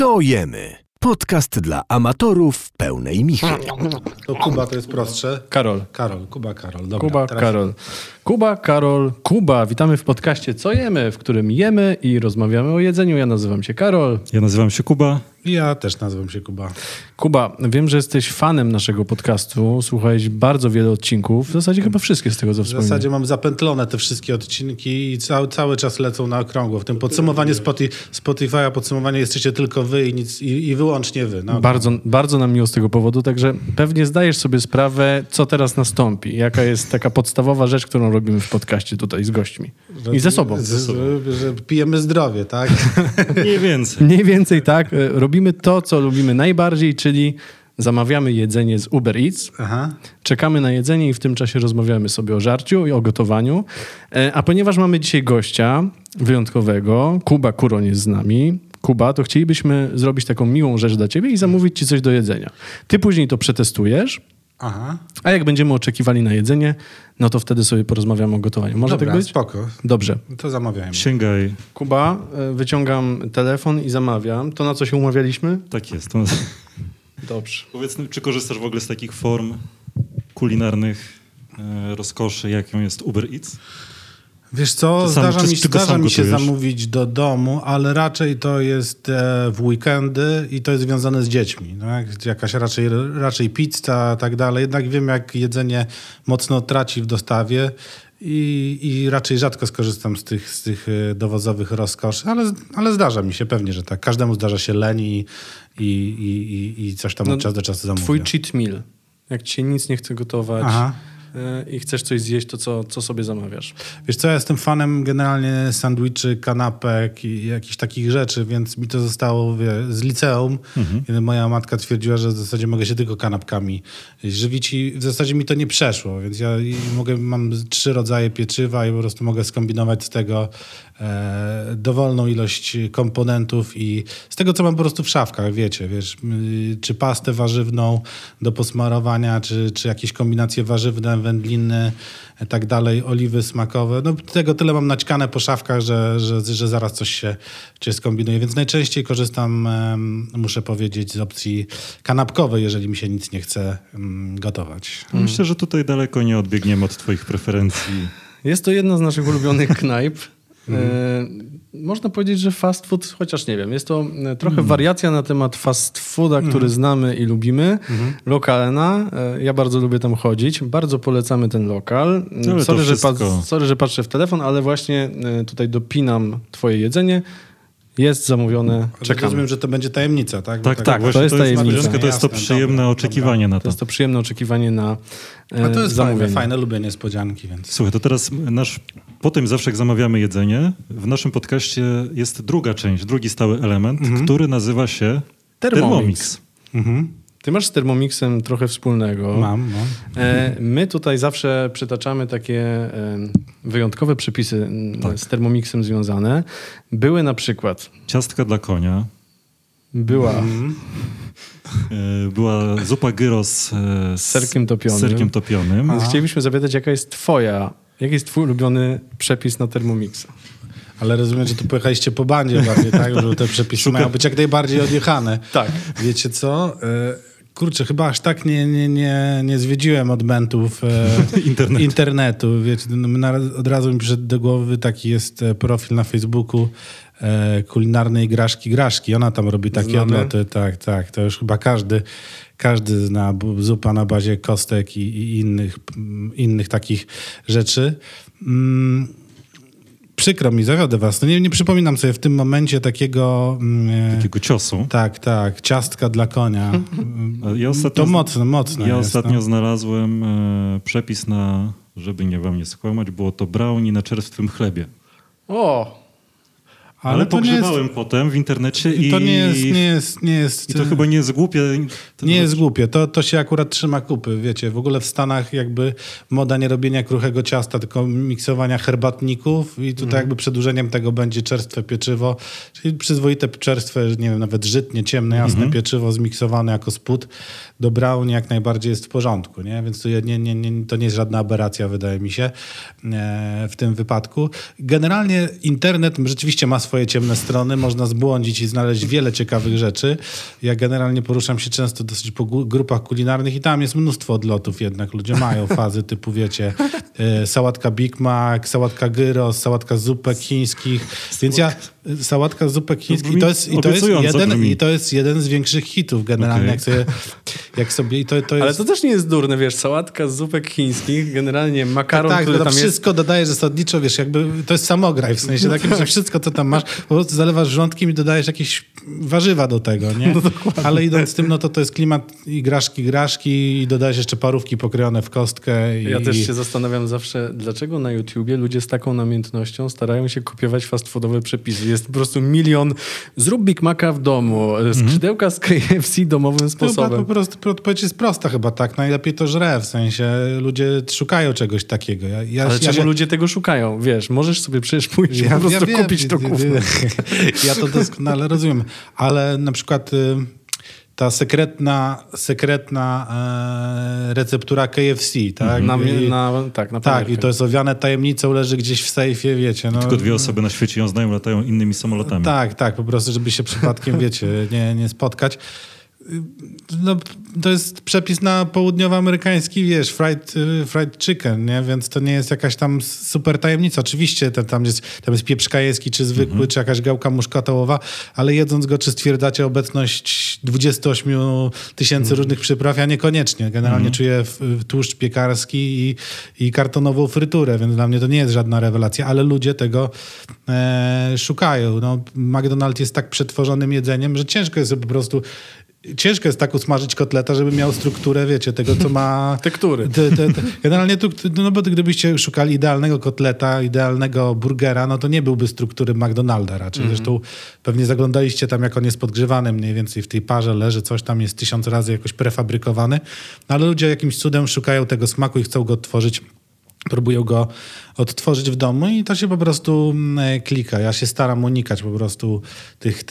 Co jemy? Podcast dla amatorów pełnej michy. To Kuba to jest prostsze. Karol. Kuba, Karol. Dobra, Kuba. Witamy w podcaście Co jemy, w którym jemy i rozmawiamy o jedzeniu. Ja nazywam się Karol. Ja nazywam się Kuba. Ja też nazywam się Kuba. Kuba, wiem, że jesteś fanem naszego podcastu. Słuchałeś bardzo wiele odcinków. W zasadzie chyba wszystkie z tego, co wspomniałem. W zasadzie mam zapętlone te wszystkie odcinki i cały czas lecą na okrągło. W tym podsumowaniu Spotify'a podsumowanie jesteście tylko wy i nic i wyłącznie wy. No. Bardzo nam miło z tego powodu, także pewnie zdajesz sobie sprawę, co teraz nastąpi. Jaka jest taka podstawowa rzecz, którą robimy w podcaście tutaj z gośćmi. I ze sobą. Że pijemy zdrowie, tak? Mniej więcej tak. Robimy to, co lubimy najbardziej, czyli zamawiamy jedzenie z Uber Eats, czekamy na jedzenie i w tym czasie rozmawiamy sobie o żarciu i o gotowaniu. A ponieważ mamy dzisiaj gościa wyjątkowego, Kuba Kuroń jest z nami. Kuba, to chcielibyśmy zrobić taką miłą rzecz dla ciebie i zamówić ci coś do jedzenia. Ty później to przetestujesz, a jak będziemy oczekiwali na jedzenie, no to wtedy sobie porozmawiamy o gotowaniu. Może tak być? Spoko. Dobrze. To zamawiajmy. Sięgaj. Kuba, wyciągam telefon i zamawiam. To, na co się umawialiśmy? Tak jest. Dobrze. Powiedz, czy korzystasz w ogóle z takich form kulinarnych rozkoszy, jaką jest Uber Eats? Wiesz co, zdarza mi się zamówić do domu, ale raczej to jest w weekendy i to jest związane z dziećmi. Tak? Jakaś raczej pizza i tak dalej. Jednak wiem, jak jedzenie mocno traci w dostawie i raczej rzadko skorzystam z tych dowozowych rozkoszy, ale zdarza mi się pewnie, że tak. Każdemu zdarza się leń i coś tam od czasu do czasu zamówię. Twój cheat meal. Jak ci się nic nie chce gotować i chcesz coś zjeść, to co sobie zamawiasz? Wiesz co, ja jestem fanem generalnie sandwiczy, kanapek i jakichś takich rzeczy, więc mi to zostało z liceum. Moja matka twierdziła, że w zasadzie mogę się tylko kanapkami żywić i w zasadzie mi to nie przeszło, więc ja mam 3 rodzaje pieczywa i po prostu mogę skombinować z tego dowolną ilość komponentów i z tego, co mam po prostu w szafkach, wiesz, czy pastę warzywną do posmarowania, czy jakieś kombinacje warzywne, wędliny, tak dalej, oliwy smakowe. No tego tyle mam naćkane po szafkach, że zaraz coś się skombinuje, więc najczęściej korzystam, muszę powiedzieć, z opcji kanapkowej, jeżeli mi się nic nie chce gotować. Myślę, że tutaj daleko nie odbiegniemy od twoich preferencji. Jest to jedna z naszych ulubionych knajp. Można powiedzieć, że fast food, chociaż nie wiem, jest to trochę wariacja na temat fast fooda, który znamy i lubimy. Lokalna. Ja bardzo lubię tam chodzić. Bardzo polecamy ten lokal. Sorry, że patrzę w telefon, ale właśnie tutaj dopinam twoje jedzenie. Jest zamówione, czekam. Rozumiem, że to będzie tajemnica, tak? Tak, to jest tajemnica. To jest to przyjemne oczekiwanie na to. To jest to przyjemne oczekiwanie na a to jest zamówienie. fajne, lubię niespodzianki, więc... Słuchaj, to teraz po tym zawsze jak zamawiamy jedzenie, w naszym podcaście jest druga część, drugi stały element, który nazywa się Thermomix. Ty masz z Thermomixem trochę wspólnego. Mam. My tutaj zawsze przytaczamy takie wyjątkowe przepisy z Thermomixem związane. Były na przykład... Ciastka dla konia. Była zupa gyros z serkiem topionym. Chcielibyśmy zapytać, jaki jest twój ulubiony przepis na Thermomixa? Ale rozumiem, że tu pojechaliście po bandzie bardziej, tak? Że te przepisy mają być jak najbardziej odjechane. Tak. Wiecie co? Kurczę, chyba aż tak nie zwiedziłem odmętów internetu. Wiecie, od razu mi przyszedł do głowy taki jest profil na Facebooku kulinarnej Graszki. Ona tam robi takie odloty. Tak. To już chyba każdy zna zupa na bazie kostek i innych takich rzeczy. Przykro mi, zawiodę was. No nie przypominam sobie w tym momencie takiego ciosu. Tak. Ciastka dla konia. To mocne Ja jest, ostatnio znalazłem przepis na, żeby wam nie skłamać, było to brownie na czerstwym chlebie. O! Ale pogrzebałem potem w internecie i to nie jest... I to chyba nie jest głupie. Nie jest głupie. To się akurat trzyma kupy, wiecie. W ogóle w Stanach jakby moda nie robienia kruchego ciasta, tylko miksowania herbatników i tutaj jakby przedłużeniem tego będzie czerstwe pieczywo, czyli przyzwoite czerstwe, nie wiem, nawet żytnie, ciemne, jasne pieczywo zmiksowane jako spód do brownie jak najbardziej jest w porządku, nie? Więc to nie jest żadna aberracja, wydaje mi się, w tym wypadku. Generalnie internet rzeczywiście ma swoje ciemne strony, można zbłądzić i znaleźć wiele ciekawych rzeczy. Ja generalnie poruszam się często dosyć po grupach kulinarnych i tam jest mnóstwo odlotów jednak. Ludzie mają fazy typu, wiecie, sałatka Big Mac, sałatka gyros, sałatka z zupek chińskich. Więc sałatka z zupek chińskich to jest jeden z większych hitów generalnie. Okay. Jak sobie i to jest... Ale to też nie jest durne, wiesz, sałatka z zupek chińskich, generalnie makaron, który tam wszystko jest... dodajesz zasadniczo, wiesz, jakby to jest samograj, w sensie takim, że wszystko, co tam masz, po prostu zalewasz wrzątkiem i dodajesz jakieś warzywa do tego, nie? No, ale idąc z tym, no to jest klimat igraszki i dodajesz jeszcze parówki pokrojone w kostkę. Ja też się zastanawiam zawsze, dlaczego na YouTubie ludzie z taką namiętnością starają się kopiować fast foodowe przepisy. Jest po prostu milion, zrób Big Maca w domu, skrzydełka z KFC domowym sposobem. Po prostu odpowiedź jest prosta chyba, tak? Najlepiej to żre, w sensie ludzie szukają czegoś takiego. Ale czemu ludzie tego szukają? Wiesz, możesz sobie przecież pójść po prostu kupić to gówno. Ja to doskonale rozumiem, ale na przykład ta sekretna receptura KFC, tak? Tak, i to jest owiane tajemnicą, leży gdzieś w sejfie, wiecie. No. Tylko 2 osoby na świecie ją znają, latają innymi samolotami. Tak, po prostu, żeby się przypadkiem, wiecie, nie spotkać. No, to jest przepis na południowoamerykański, wiesz, fried chicken, nie? Więc to nie jest jakaś tam super tajemnica. Oczywiście tam jest pieprz kajewski, czy zwykły, czy jakaś gałka muszkatołowa, ale jedząc go, czy stwierdzacie obecność 28 000 różnych przypraw? Ja niekoniecznie. Generalnie czuję tłuszcz piekarski i kartonową fryturę, więc dla mnie to nie jest żadna rewelacja, ale ludzie tego szukają. No, McDonald's jest tak przetworzonym jedzeniem, że ciężko jest tak usmażyć kotleta, żeby miał strukturę, wiecie, tego, co ma... Tektury. Generalnie, no bo gdybyście szukali idealnego kotleta, idealnego burgera, no to nie byłby struktury McDonalda raczej. Zresztą pewnie zaglądaliście tam, jak on jest podgrzewany mniej więcej w tej parze, leży coś tam, jest 1000 razy jakoś prefabrykowany, no ale ludzie jakimś cudem szukają tego smaku i chcą go odtworzyć. Próbują go odtworzyć w domu i to się po prostu klika. Ja się staram unikać po prostu tych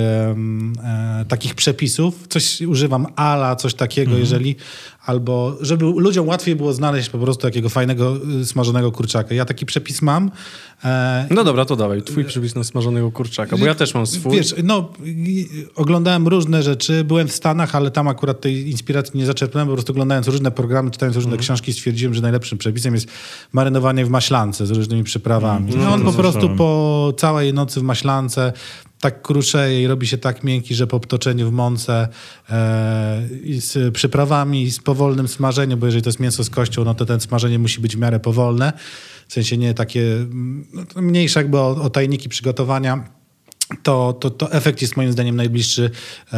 takich przepisów. Coś używam coś takiego, jeżeli... Albo żeby ludziom łatwiej było znaleźć po prostu takiego fajnego, smażonego kurczaka. Ja taki przepis mam. No dobra, to dawaj. Twój przepis na smażonego kurczaka, bo ja też mam swój. Wiesz, oglądałem różne rzeczy. Byłem w Stanach, ale tam akurat tej inspiracji nie zaczerpnąłem. Po prostu oglądając różne programy, czytając różne książki, stwierdziłem, że najlepszym przepisem jest marynowanie w maślance z różnymi przyprawami. On po prostu po całej nocy w maślance tak kruszeje i robi się tak miękki, że po obtoczeniu w mące i z przyprawami i z powolnym smażeniem, bo jeżeli to jest mięso z kością, no to ten smażenie musi być w miarę powolne. W sensie nie takie mniejsze jakby o tajniki przygotowania. To efekt jest moim zdaniem najbliższy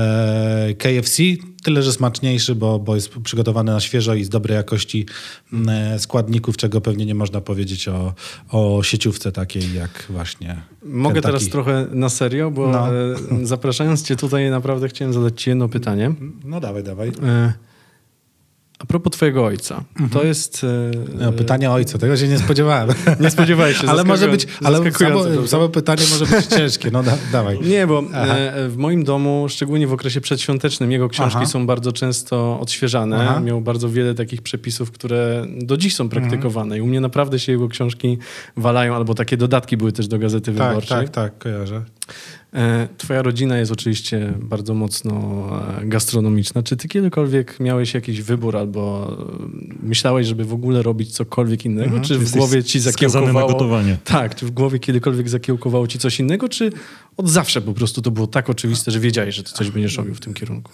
KFC, tyle że smaczniejszy, bo jest przygotowany na świeżo i z dobrej jakości składników, czego pewnie nie można powiedzieć o sieciówce takiej jak właśnie Mogę Kentucky. teraz trochę na serio, bo zapraszając cię tutaj naprawdę chciałem zadać ci jedno pytanie. No dawaj. A propos twojego ojca, to jest... pytanie ojca, tego się nie spodziewałem. Nie spodziewałeś się, ale może być, samo pytanie może być ciężkie, no dawaj. Nie, bo w moim domu, szczególnie w okresie przedświątecznym, jego książki są bardzo często odświeżane. Miał bardzo wiele takich przepisów, które do dziś są praktykowane i u mnie naprawdę się jego książki walają, albo takie dodatki były też do Gazety Wyborczej. Tak, kojarzę. Twoja rodzina jest oczywiście bardzo mocno gastronomiczna. Czy ty kiedykolwiek miałeś jakiś wybór albo myślałeś, żeby w ogóle robić cokolwiek innego? Czy w głowie ci zakiełkowało... na gotowanie. Tak, czy w głowie kiedykolwiek zakiełkowało ci coś innego, czy od zawsze po prostu to było tak oczywiste, że wiedziałeś, że ty coś będziesz robił w tym kierunku?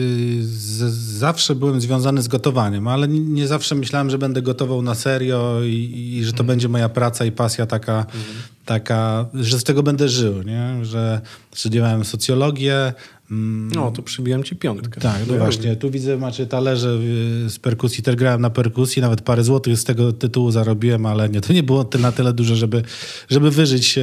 Zawsze byłem związany z gotowaniem, ale nie zawsze myślałem, że będę gotował na serio i że to będzie moja praca i pasja taka, że z tego będę żył, nie? Że studiowałem socjologię. No, to przybiłem ci 5. Tak, no właśnie. Tu widzę, macie talerze z perkusji. Też grałem na perkusji, nawet parę złotych z tego tytułu zarobiłem, ale nie, to nie było na tyle dużo, żeby wyżyć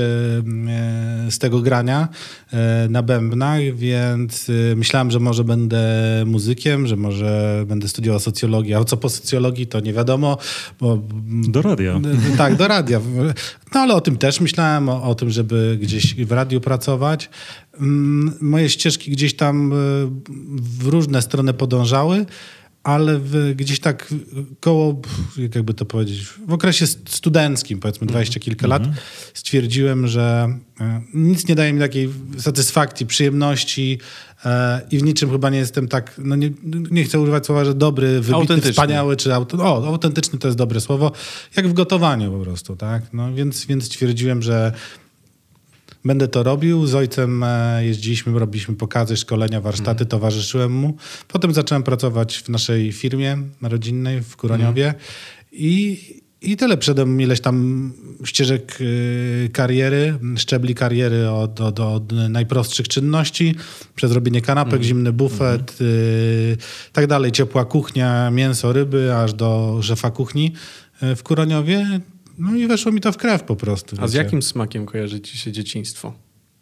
z tego grania na bębnach, więc myślałem, że może będę muzykiem, że może będę studiował socjologię. A co po socjologii, to nie wiadomo. Do radia. Tak, do radia. No ale o tym też myślałem, o tym, żeby gdzieś w radiu pracować. Moje ścieżki gdzieś tam w różne strony podążały, ale gdzieś tak koło, jakby to powiedzieć, w okresie studenckim, powiedzmy 20 kilka lat, stwierdziłem, że nic nie daje mi takiej satysfakcji, przyjemności i w niczym chyba nie jestem tak, no nie chcę używać słowa, że dobry, wybitny, wspaniały, czy autentyczny to jest dobre słowo, jak w gotowaniu po prostu, tak? No więc stwierdziłem, że będę to robił. Z ojcem jeździliśmy, robiliśmy pokazy, szkolenia, warsztaty, towarzyszyłem mu. Potem zacząłem pracować w naszej firmie rodzinnej w Kuroniowie i tyle. Przedem ileś tam ścieżek kariery, szczebli kariery od najprostszych czynności, przez robienie kanapek, zimny bufet, tak dalej, ciepła kuchnia, mięso, ryby, aż do szefa kuchni w Kuroniowie. No i weszło mi to w krew po prostu. A z jakim smakiem kojarzy ci się dzieciństwo?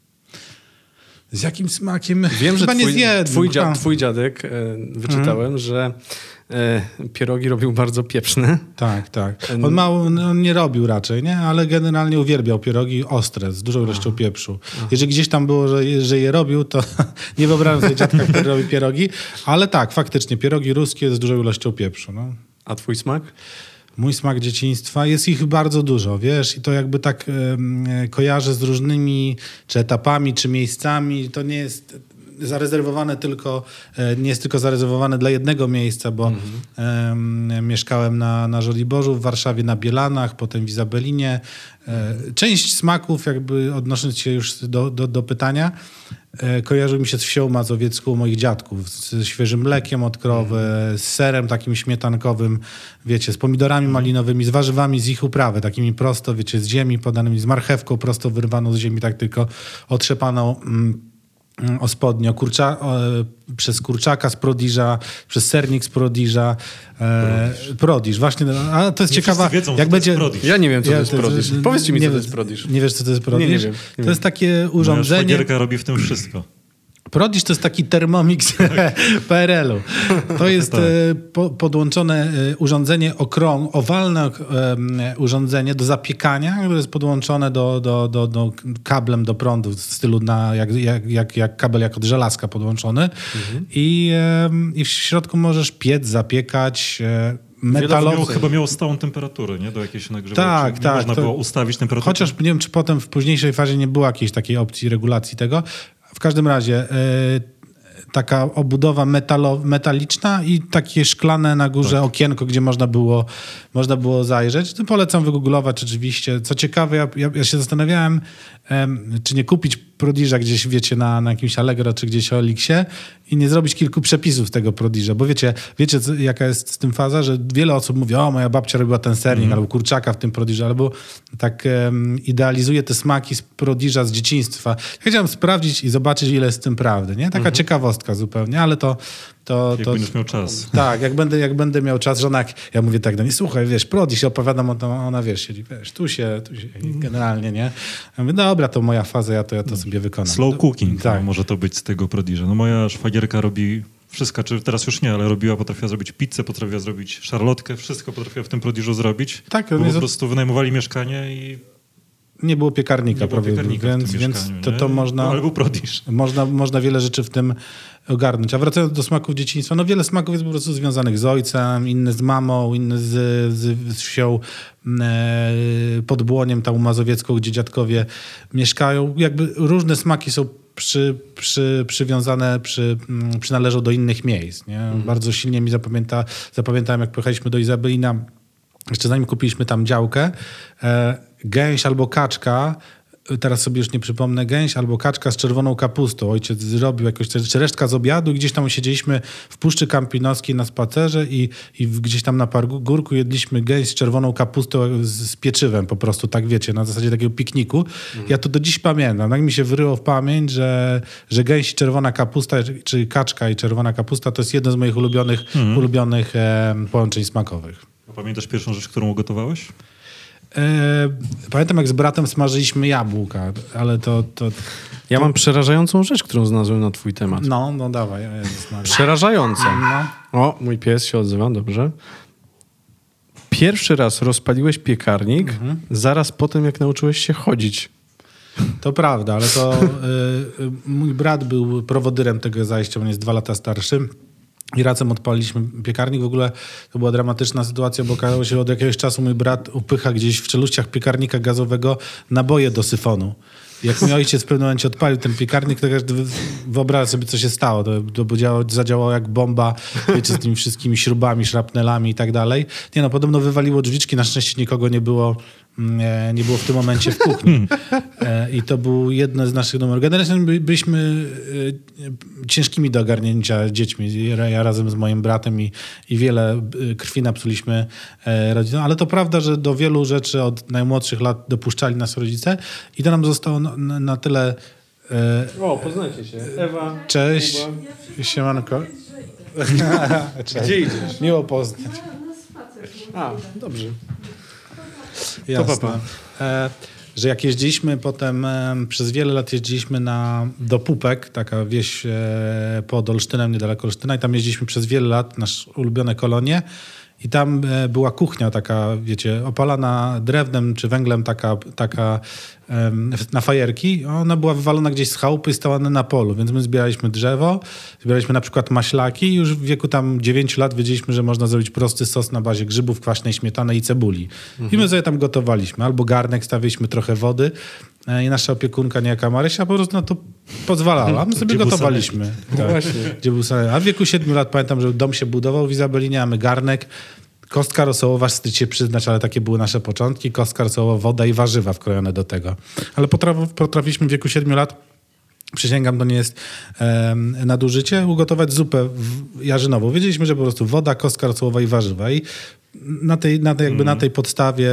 Z jakim smakiem? Wiem, że twój dziadek, wyczytałem, że pierogi robił bardzo pieprzne. Tak. On nie robił raczej, nie? Ale generalnie uwielbiał pierogi ostre, z dużą ilością pieprzu. Jeżeli gdzieś tam było, że je robił, to nie wyobrażam sobie dziadka, który robi pierogi. Ale tak, faktycznie, pierogi ruskie z dużą ilością pieprzu. No. A twój smak? Mój smak dzieciństwa, jest ich bardzo dużo, wiesz, i to jakby tak kojarzę z różnymi, czy etapami, czy miejscami. To nie jest zarezerwowane tylko, nie jest tylko zarezerwowane dla jednego miejsca, bo mieszkałem na Żoliborzu, w Warszawie, na Bielanach, potem w Izabelinie. Część smaków, jakby odnosząc się już do pytania, kojarzy mi się z wsią mazowiecką moich dziadków, z świeżym mlekiem od krowy, z serem takim śmietankowym, wiecie, z pomidorami malinowymi, z warzywami z ich uprawy, takimi prosto, wiecie, z ziemi podanymi, z marchewką prosto wyrwaną z ziemi, tak tylko otrzepaną ospodnio, przez kurczaka z Prodiża, przez sernik z Prodiża. Prodiż, właśnie. A to jest ciekawa. Wiedzą, jak będzie. Ja nie wiem, co to jest Prodiż. Powiedzcie mi, co to jest Prodiż. Nie wiesz, co to jest Prodiż? Nie wiem. To jest takie urządzenie. Moja szwagierka robi w tym wszystko. Prodiż to jest taki Thermomix PRL-u. To jest podłączone urządzenie, owalne urządzenie do zapiekania, które jest podłączone do kablem do prądu w stylu jak kabel jak od żelazka podłączony. I w środku możesz piec, zapiekać metalowy. Chyba miało stałą temperaturę, nie? Do jakiejś nagrzewania. Tak. Można było ustawić temperaturę. Chociaż nie wiem, czy potem w późniejszej fazie nie było jakiejś takiej opcji regulacji tego. W każdym razie taka obudowa metaliczna i takie szklane na górze okienko, gdzie można było zajrzeć. To polecam wygooglować oczywiście. Co ciekawe, ja się zastanawiałem, czy nie kupić Prodiża gdzieś, wiecie, na jakimś Allegro, czy gdzieś o Elixie i nie zrobić kilku przepisów z tego Prodiża, bo wiecie jaka jest z tym faza, że wiele osób mówi, moja babcia robiła ten sernik, albo kurczaka w tym Prodiżu, albo tak idealizuje te smaki z Prodiża z dzieciństwa. Ja chciałem sprawdzić i zobaczyć, ile jest w tym prawdy, nie? Taka ciekawostka zupełnie, ale to jak będziesz miał czas. Tak, jak będę miał czas, żona, ja mówię tak do niej, słuchaj, wiesz, Prodiż, opowiadam o tym, ona, wiesz, siedzi, wiesz, tu się generalnie, nie? Ja mówię, dobra, to moja faza, ja to sobie wykonam. Slow cooking, tak. Może to być z tego Prodiża. No moja szwagierka robi wszystko, czy teraz już nie, ale potrafiła zrobić pizzę, potrafiła zrobić szarlotkę, wszystko potrafiła w tym Prodiżu zrobić. Tak, bo po prostu wynajmowali mieszkanie i nie było piekarnika, więc to można... No, ale był Prodiż. Można wiele rzeczy w tym ogarnąć. A wracając do smaków dzieciństwa, no wiele smaków jest po prostu związanych z ojcem, inne z mamą, inne z wsią pod Błoniem, tą mazowiecką, gdzie dziadkowie mieszkają. Jakby różne smaki są przywiązane, przynależą do innych miejsc. Nie? Bardzo silnie mi zapamiętałem, jak pojechaliśmy do Izabelina, jeszcze zanim kupiliśmy tam działkę, gęś albo kaczka, teraz sobie już nie przypomnę, gęś albo kaczka z czerwoną kapustą. Ojciec zrobił jakoś, czy resztka z obiadu i gdzieś tam siedzieliśmy w Puszczy Kampinoskiej na spacerze i gdzieś tam na Pargórku jedliśmy gęś z czerwoną kapustą z pieczywem po prostu, tak wiecie, na zasadzie takiego pikniku. Ja to do dziś pamiętam. Tak mi się wyryło w pamięć, że gęś i czerwona kapusta, czy kaczka i czerwona kapusta to jest jedno z moich ulubionych połączeń smakowych. Pamiętasz pierwszą rzecz, którą ugotowałeś? Pamiętam, jak z bratem smażyliśmy jabłka, ale to... Ja mam przerażającą rzecz, którą znalazłem na twój temat. No dawaj. Przerażająca. O, mój pies się odzywa, dobrze. Pierwszy raz rozpaliłeś piekarnik zaraz po tym, jak nauczyłeś się chodzić. To prawda, ale to mój brat był prowodyrem tego zajścia, on jest 2 lata starszy. I razem odpaliliśmy piekarnik. W ogóle to była dramatyczna sytuacja, bo okazało się, od jakiegoś czasu mój brat upycha gdzieś w czeluściach piekarnika gazowego naboje do syfonu. Jak mój ojciec w pewnym momencie odpalił ten piekarnik, to każdy wyobraża sobie, co się stało. To zadziałało jak bomba, wiecie, z tymi wszystkimi śrubami, szrapnelami i tak dalej. Nie no, podobno wywaliło drzwiczki, na szczęście nikogo nie było w tym momencie w kuchni. I to był jeden z naszych numerów. Generalnie byliśmy ciężkimi do ogarnięcia dziećmi. Ja razem z moim bratem i wiele krwi napsuliśmy rodzinom. Ale to prawda, że do wielu rzeczy od najmłodszych lat dopuszczali nas rodzice i to nam zostało na tyle... poznajcie się. Ewa. Cześć. Siemanko. Gdzie idziesz? Miło poznać. A, dobrze. Jasne. Że jak jeździliśmy potem, przez wiele lat jeździliśmy do Pupek, taka wieś pod Olsztynem, niedaleko Olsztyna i tam jeździliśmy przez wiele lat, nasze ulubione kolonie i tam była kuchnia taka, wiecie, opalana drewnem czy węglem, taka na fajerki. Ona była wywalona gdzieś z chałupy i stała na polu, więc my zbieraliśmy drzewo, zbieraliśmy na przykład maślaki i już w wieku tam 9 lat wiedzieliśmy, że można zrobić prosty sos na bazie grzybów, kwaśnej śmietany i cebuli. I my sobie tam gotowaliśmy. Albo garnek, stawiliśmy trochę wody i nasza opiekunka, niejaka Marysia, po prostu na to pozwalała. My sobie gotowaliśmy. Tak. Właśnie. Gdzie był sanepid. A w wieku 7 lat pamiętam, że dom się budował w Izabelinie, a my garnek, kostka rosołowa, wstyd się przyznać, ale takie były nasze początki. Kostka rosołowa, woda i warzywa wkrojone do tego. Ale potrafiliśmy w wieku 7 lat, przysięgam, to nie jest nadużycie, ugotować zupę jarzynową. Wiedzieliśmy, że po prostu woda, kostka rosołowa i warzywa. I na tej podstawie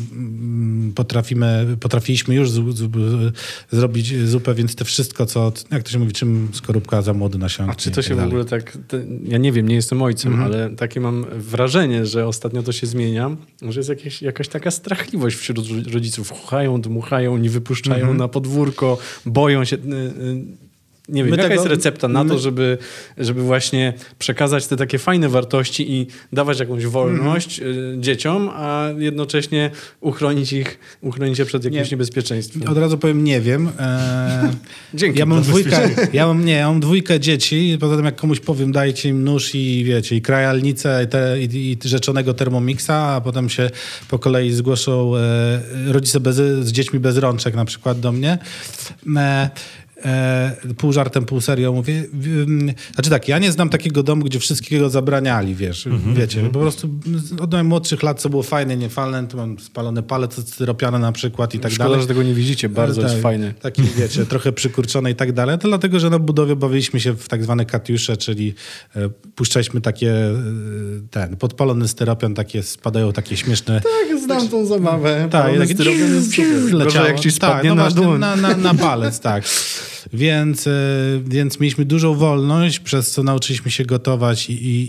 potrafiliśmy już zrobić zupę, więc to wszystko, co, jak to się mówi, czym skorupka za młody nasiąknie. A czy to się w ogóle tak, ja nie wiem, nie jestem ojcem, ale takie mam wrażenie, że ostatnio to się zmienia, że jest jakaś taka strachliwość wśród rodziców. Chuchają, dmuchają, nie wypuszczają na podwórko, boją się... Nie wiem, jaka jest recepta na to, żeby właśnie przekazać te takie fajne wartości i dawać jakąś wolność dzieciom, a jednocześnie uchronić je przed jakimś niebezpieczeństwem? Od razu powiem, nie wiem. Dzięki. Ja mam dwójkę dzieci, poza tym jak komuś powiem, dajcie im nóż i wiecie, i krajalnicę i rzeczonego Thermomixa, a potem się po kolei zgłoszą rodzice z dziećmi bez rączek na przykład do mnie. Pół żartem, pół serio mówię. Znaczy tak, ja nie znam takiego domu, gdzie wszystkiego zabraniali, wiecie. Po prostu od najmłodszych lat, co było fajne, niefajne, tu mam spalone palec styropiane na przykład i tak dalej. Szkoda, że tego nie widzicie, bardzo jest fajny. Taki, wiecie, trochę przykurczone i tak dalej. To dlatego, że na budowie bawiliśmy się w tak zwane katiusze, czyli puszczaliśmy takie, podpalony styropian, spadają takie śmieszne... Tak, znam tą zabawę. Tak, leciało. Jak ci spadnie na dłoń. Na palec, tak. Więc mieliśmy dużą wolność, przez co nauczyliśmy się gotować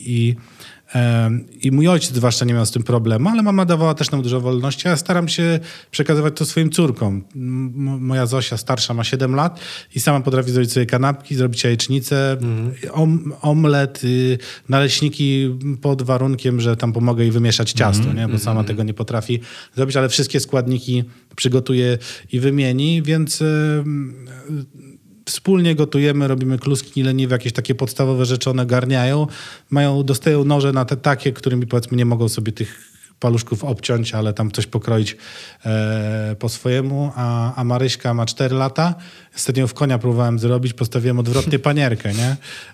i mój ojciec zwłaszcza nie miał z tym problemu, ale mama dawała też nam dużo wolności, a ja staram się przekazywać to swoim córkom. Moja Zosia starsza ma 7 lat i sama potrafi zrobić sobie kanapki, zrobić jajecznicę, omlet, naleśniki pod warunkiem, że tam pomogę jej wymieszać ciasto, nie? Bo sama tego nie potrafi zrobić, ale wszystkie składniki przygotuje i wymieni, więc... Wspólnie gotujemy, robimy kluski leniwe, jakieś takie podstawowe rzeczy one garniają. Dostają noże na te takie, którymi powiedzmy nie mogą sobie tych paluszków obciąć, ale tam coś pokroić po swojemu. A Maryśka ma 4 lata. Ostatnio w konia próbowałem zrobić, postawiłem odwrotnie panierkę, nie?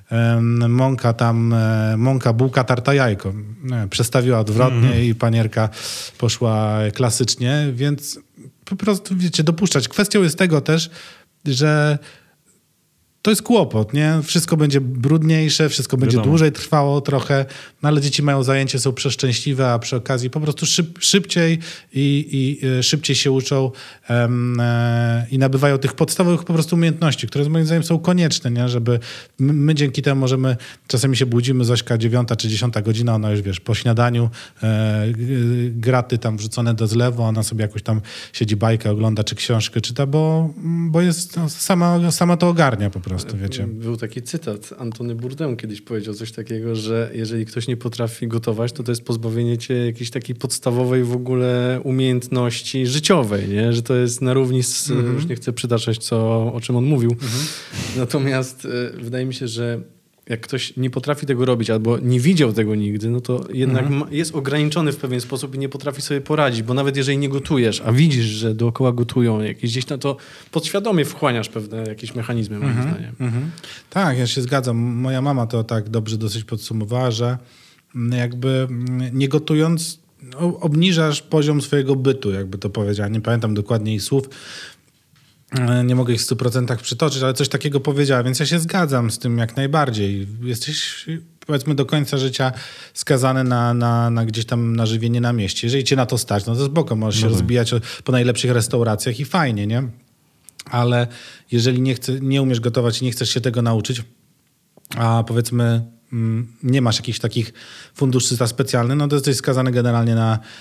Mąka, bułka, tarta, jajko. Przestawiła odwrotnie i panierka poszła klasycznie, więc po prostu, wiecie, dopuszczać. Kwestią jest tego też, że to jest kłopot, nie? Wszystko będzie brudniejsze, wszystko będzie dłużej trwało trochę, no ale dzieci mają zajęcie, są przeszczęśliwe, a przy okazji po prostu szybciej i szybciej się uczą i nabywają tych podstawowych po prostu umiejętności, które moim zdaniem są konieczne, nie? Żeby my dzięki temu możemy, czasami się budzimy, Zośka 9 czy 10 godzina, ona już wiesz, po śniadaniu graty tam wrzucone do zlewu, ona sobie jakoś tam siedzi bajkę, ogląda, czy książkę czyta, bo jest sama to ogarnia po prostu. Wiecie. Był taki cytat. Antony Bourdain kiedyś powiedział coś takiego, że jeżeli ktoś nie potrafi gotować, to jest pozbawienie cię jakiejś takiej podstawowej w ogóle umiejętności życiowej, nie? Że to jest na równi z... Już nie chcę przytaczać, o czym on mówił. Natomiast wydaje mi się, że jak ktoś nie potrafi tego robić albo nie widział tego nigdy, no to jednak jest ograniczony w pewien sposób i nie potrafi sobie poradzić, bo nawet jeżeli nie gotujesz, a widzisz, że dookoła gotują jakieś gdzieś, no to podświadomie wchłaniasz pewne jakieś mechanizmy, moim zdaniem. Tak, ja się zgadzam. Moja mama to tak dobrze dosyć podsumowała, że jakby nie gotując obniżasz poziom swojego bytu, jakby to powiedziała. Nie pamiętam dokładnie jej słów. Nie mogę ich w 100% przytoczyć, ale coś takiego powiedziała, więc ja się zgadzam z tym jak najbardziej. Jesteś, powiedzmy, do końca życia skazany na gdzieś tam na żywienie na mieście. Jeżeli cię na to stać, no to spoko, możesz się rozbijać po najlepszych restauracjach i fajnie, nie? Ale jeżeli nie umiesz gotować i nie chcesz się tego nauczyć, a powiedzmy nie masz jakichś takich funduszy specjalnych, no to jesteś skazany generalnie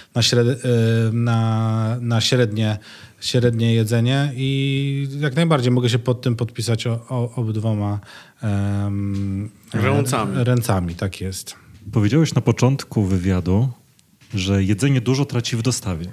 na średnie jedzenie i jak najbardziej mogę się pod tym podpisać obydwoma ręcami. Tak jest. Powiedziałeś na początku wywiadu, że jedzenie dużo traci w dostawie.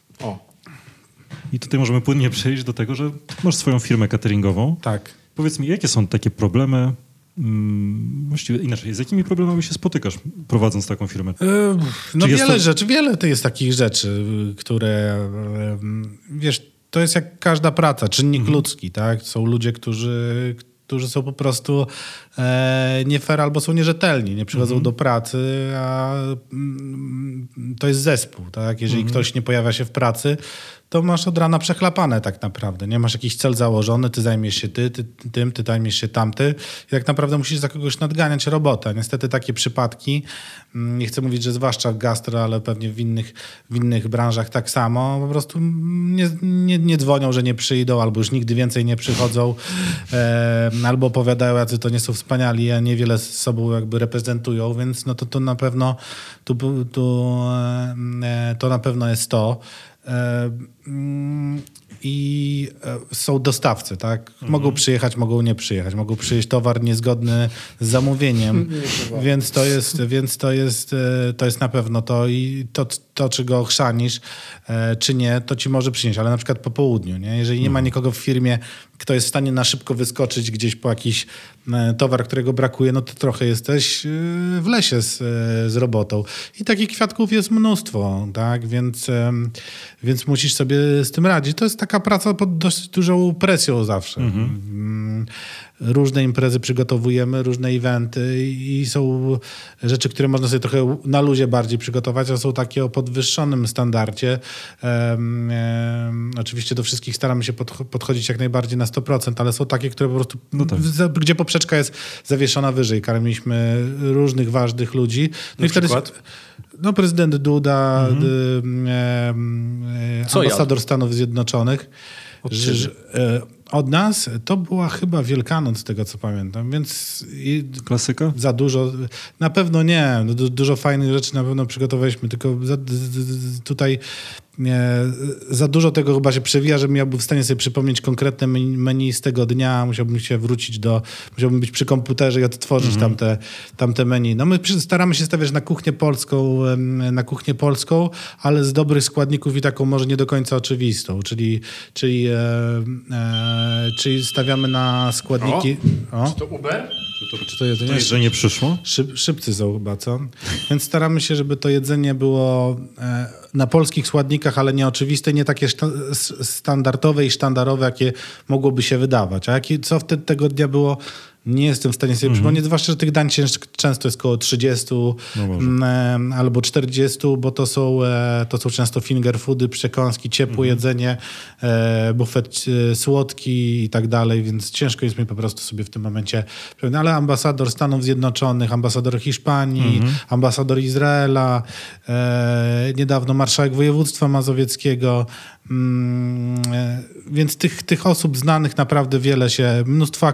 I tutaj możemy płynnie przejść do tego, że masz swoją firmę cateringową. Tak. Powiedz mi, jakie są takie problemy, właściwie inaczej, z jakimi problemami się spotykasz, prowadząc taką firmę? No wiele to jest takich rzeczy, które, wiesz, to jest jak każda praca, czynnik ludzki, tak? Są ludzie, którzy są po prostu nie fair albo są nierzetelni, nie przychodzą do pracy, a to jest zespół, tak? Jeżeli ktoś nie pojawia się w pracy, to masz od rana przechlapane tak naprawdę. Nie masz jakiś cel założony, ty zajmiesz się ty zajmiesz się tamty i tak naprawdę musisz za kogoś nadganiać robotę. Niestety takie przypadki, nie chcę mówić, że zwłaszcza w gastro, ale pewnie w innych branżach tak samo, po prostu nie dzwonią, że nie przyjdą, albo już nigdy więcej nie przychodzą, albo opowiadają, jacy to nie są wspaniali, a niewiele z sobą jakby reprezentują, więc no to na pewno to na pewno jest to. I są dostawcy, tak? Mogą przyjechać, mogą nie przyjechać. Mogą przyjeść towar niezgodny z zamówieniem. Więc to jest na pewno to i to czy go chrzanisz, czy nie, to ci może przynieść. Ale na przykład po południu, nie? Jeżeli nie ma nikogo w firmie, kto jest w stanie na szybko wyskoczyć gdzieś po jakiś towar, którego brakuje, no to trochę jesteś w lesie z robotą. I takich kwiatków jest mnóstwo, tak? Więc musisz sobie z tym radzić. To jest taka praca pod dość dużą presją zawsze. Różne imprezy przygotowujemy, różne eventy i są rzeczy, które można sobie trochę na luzie bardziej przygotować, a są takie o podwyższonym standardzie. Oczywiście do wszystkich staramy się podchodzić jak najbardziej na 100%, ale są takie, które po prostu, gdzie poprzeczka jest zawieszona wyżej. Karmiliśmy różnych ważnych ludzi. No i wtedy prezydent Duda, ambasador Stanów Zjednoczonych. Od nas to była chyba Wielkanoc, z tego co pamiętam, więc... Klasyka? Za dużo... Na pewno nie. Dużo fajnych rzeczy na pewno przygotowaliśmy, tylko tutaj za dużo tego chyba się przewija, żebym ja był w stanie sobie przypomnieć konkretne menu z tego dnia. Musiałbym się wrócić musiałbym być przy komputerze i odtworzyć tamte menu. No my staramy się stawiać na kuchnię polską, ale z dobrych składników i taką może nie do końca oczywistą, czyli stawiamy na składniki... Czy to Uber? Czy to jedzenie? To jedzenie przyszło? Szybcy są chyba, co? Więc staramy się, żeby to jedzenie było na polskich składnikach, ale nieoczywiste, nie takie standardowe i sztandarowe, jakie mogłoby się wydawać. A co wtedy tego dnia było, nie jestem w stanie sobie przypomnieć, zwłaszcza, że tych dań często jest około 30 albo 40, bo to są często finger foody, przekąski, ciepłe jedzenie, bufet słodki i tak dalej, więc ciężko jest mi po prostu sobie w tym momencie... Ale ambasador Stanów Zjednoczonych, ambasador Hiszpanii, ambasador Izraela, niedawno marszałek województwa mazowieckiego, więc tych osób znanych naprawdę wiele się, mnóstwo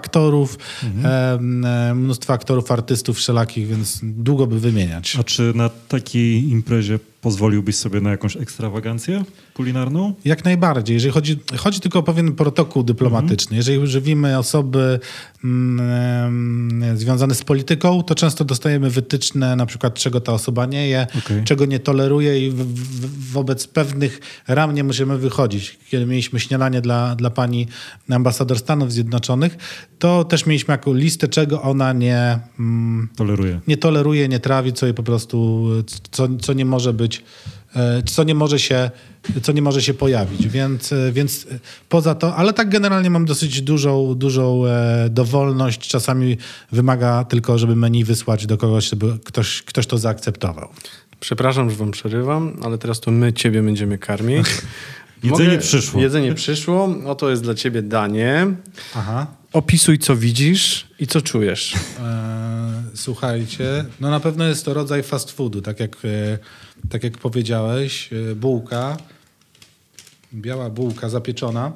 aktorów, artystów wszelakich, więc długo by wymieniać. A czy na takiej imprezie pozwoliłbyś sobie na jakąś ekstrawagancję kulinarną? Jak najbardziej. Jeżeli chodzi tylko o pewien protokół dyplomatyczny. Jeżeli żywimy osoby związane z polityką, to często dostajemy wytyczne, na przykład czego ta osoba nie je, czego nie toleruje i wobec pewnych ram nie możemy wychodzić. Kiedy mieliśmy śniadanie dla pani ambasador Stanów Zjednoczonych, to też mieliśmy jakąś listę, czego ona nie toleruje, nie trawi, co jej po prostu, co nie może być, co nie może się pojawić. Więc poza to, ale tak generalnie mam dosyć dużą dowolność. Czasami wymaga tylko, żeby menu wysłać do kogoś, żeby ktoś to zaakceptował. Przepraszam, że wam przerywam, ale teraz to my ciebie będziemy karmić. Jedzenie przyszło. Oto jest dla ciebie danie. Aha. Opisuj, co widzisz i co czujesz. Słuchajcie, no na pewno jest to rodzaj fast foodu, tak jak powiedziałeś. Bułka, biała bułka zapieczona.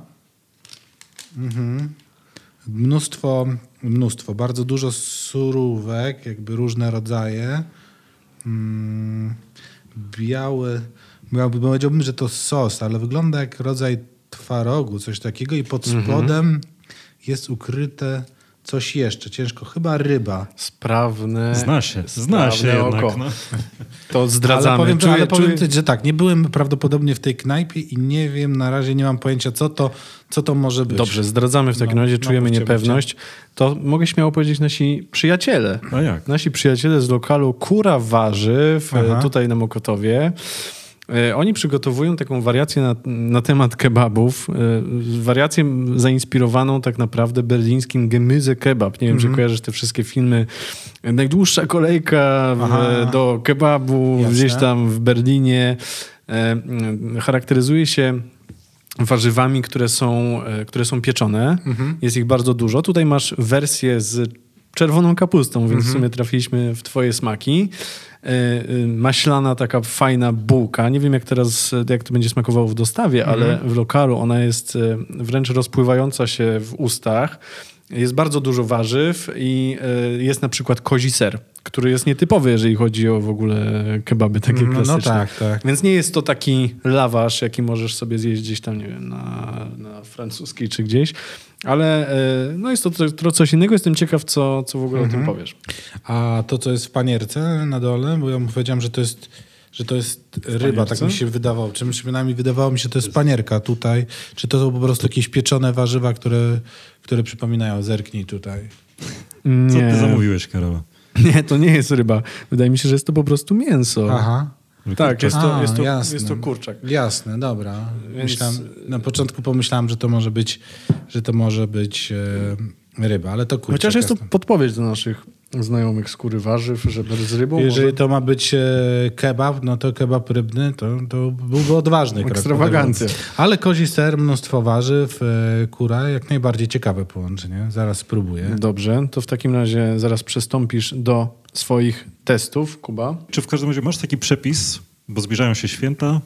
Mnóstwo, bardzo dużo surówek, jakby różne rodzaje. Powiedziałbym, że to sos, ale wygląda jak rodzaj twarogu, coś takiego i pod spodem jest ukryte coś jeszcze. Ciężko, chyba ryba. Sprawne. Zna się jednak. No. To zdradzamy. Ale powiem, że tak, nie byłem prawdopodobnie w tej knajpie i nie wiem, na razie nie mam pojęcia, co to może być. Dobrze, zdradzamy w takim razie, czujemy niepewność. To mogę śmiało powiedzieć nasi przyjaciele. A jak? Nasi przyjaciele z lokalu Kura Warzyw, tutaj na Mokotowie. Oni przygotowują taką wariację na temat kebabów. Wariację zainspirowaną tak naprawdę berlińskim Gemüse Kebab. Nie wiem, czy kojarzysz te wszystkie filmy. Najdłuższa kolejka do kebabu gdzieś tam w Berlinie. Charakteryzuje się warzywami, które są pieczone. Jest ich bardzo dużo. Tutaj masz wersję z czerwoną kapustą, więc w sumie trafiliśmy w twoje smaki. Maślana, taka fajna bułka. Nie wiem jak to będzie smakowało w dostawie, ale w lokalu ona jest wręcz rozpływająca się w ustach. Jest bardzo dużo warzyw i jest na przykład kozi ser, który jest nietypowy, jeżeli chodzi o w ogóle kebaby takie klasyczne. No tak. Więc nie jest to taki lawasz, jaki możesz sobie zjeść gdzieś tam, nie wiem, na francuskiej czy gdzieś. Ale no jest to coś innego. Jestem ciekaw, co w ogóle o tym powiesz. A to, co jest w panierce na dole, bo ja mu powiedziałem, że to jest ryba, tak mi się wydawało. Przynajmniej wydawało mi się, że to jest panierka tutaj. Czy to są po prostu jakieś pieczone warzywa, które przypominają? Zerknij tutaj. Co ty zamówiłeś, Karola? Nie, to nie jest ryba. Wydaje mi się, że jest to po prostu mięso. Aha. Tak, jest to kurczak. Jasne, dobra. Na początku pomyślałem, że to może być ryba, ale to kurczak. Chociaż jest to podpowiedź do naszych znajomych z Kury Warzyw, że z rybą... Jeżeli to ma być kebab, no to kebab rybny, to byłby odważny. Ekstrawagancja. Ale kozi ser, mnóstwo warzyw, kura, jak najbardziej ciekawe połączenie. Zaraz spróbuję. Dobrze, to w takim razie zaraz przystąpisz do swoich testów, Kuba. Czy w każdym razie masz taki przepis, bo zbliżają się święta,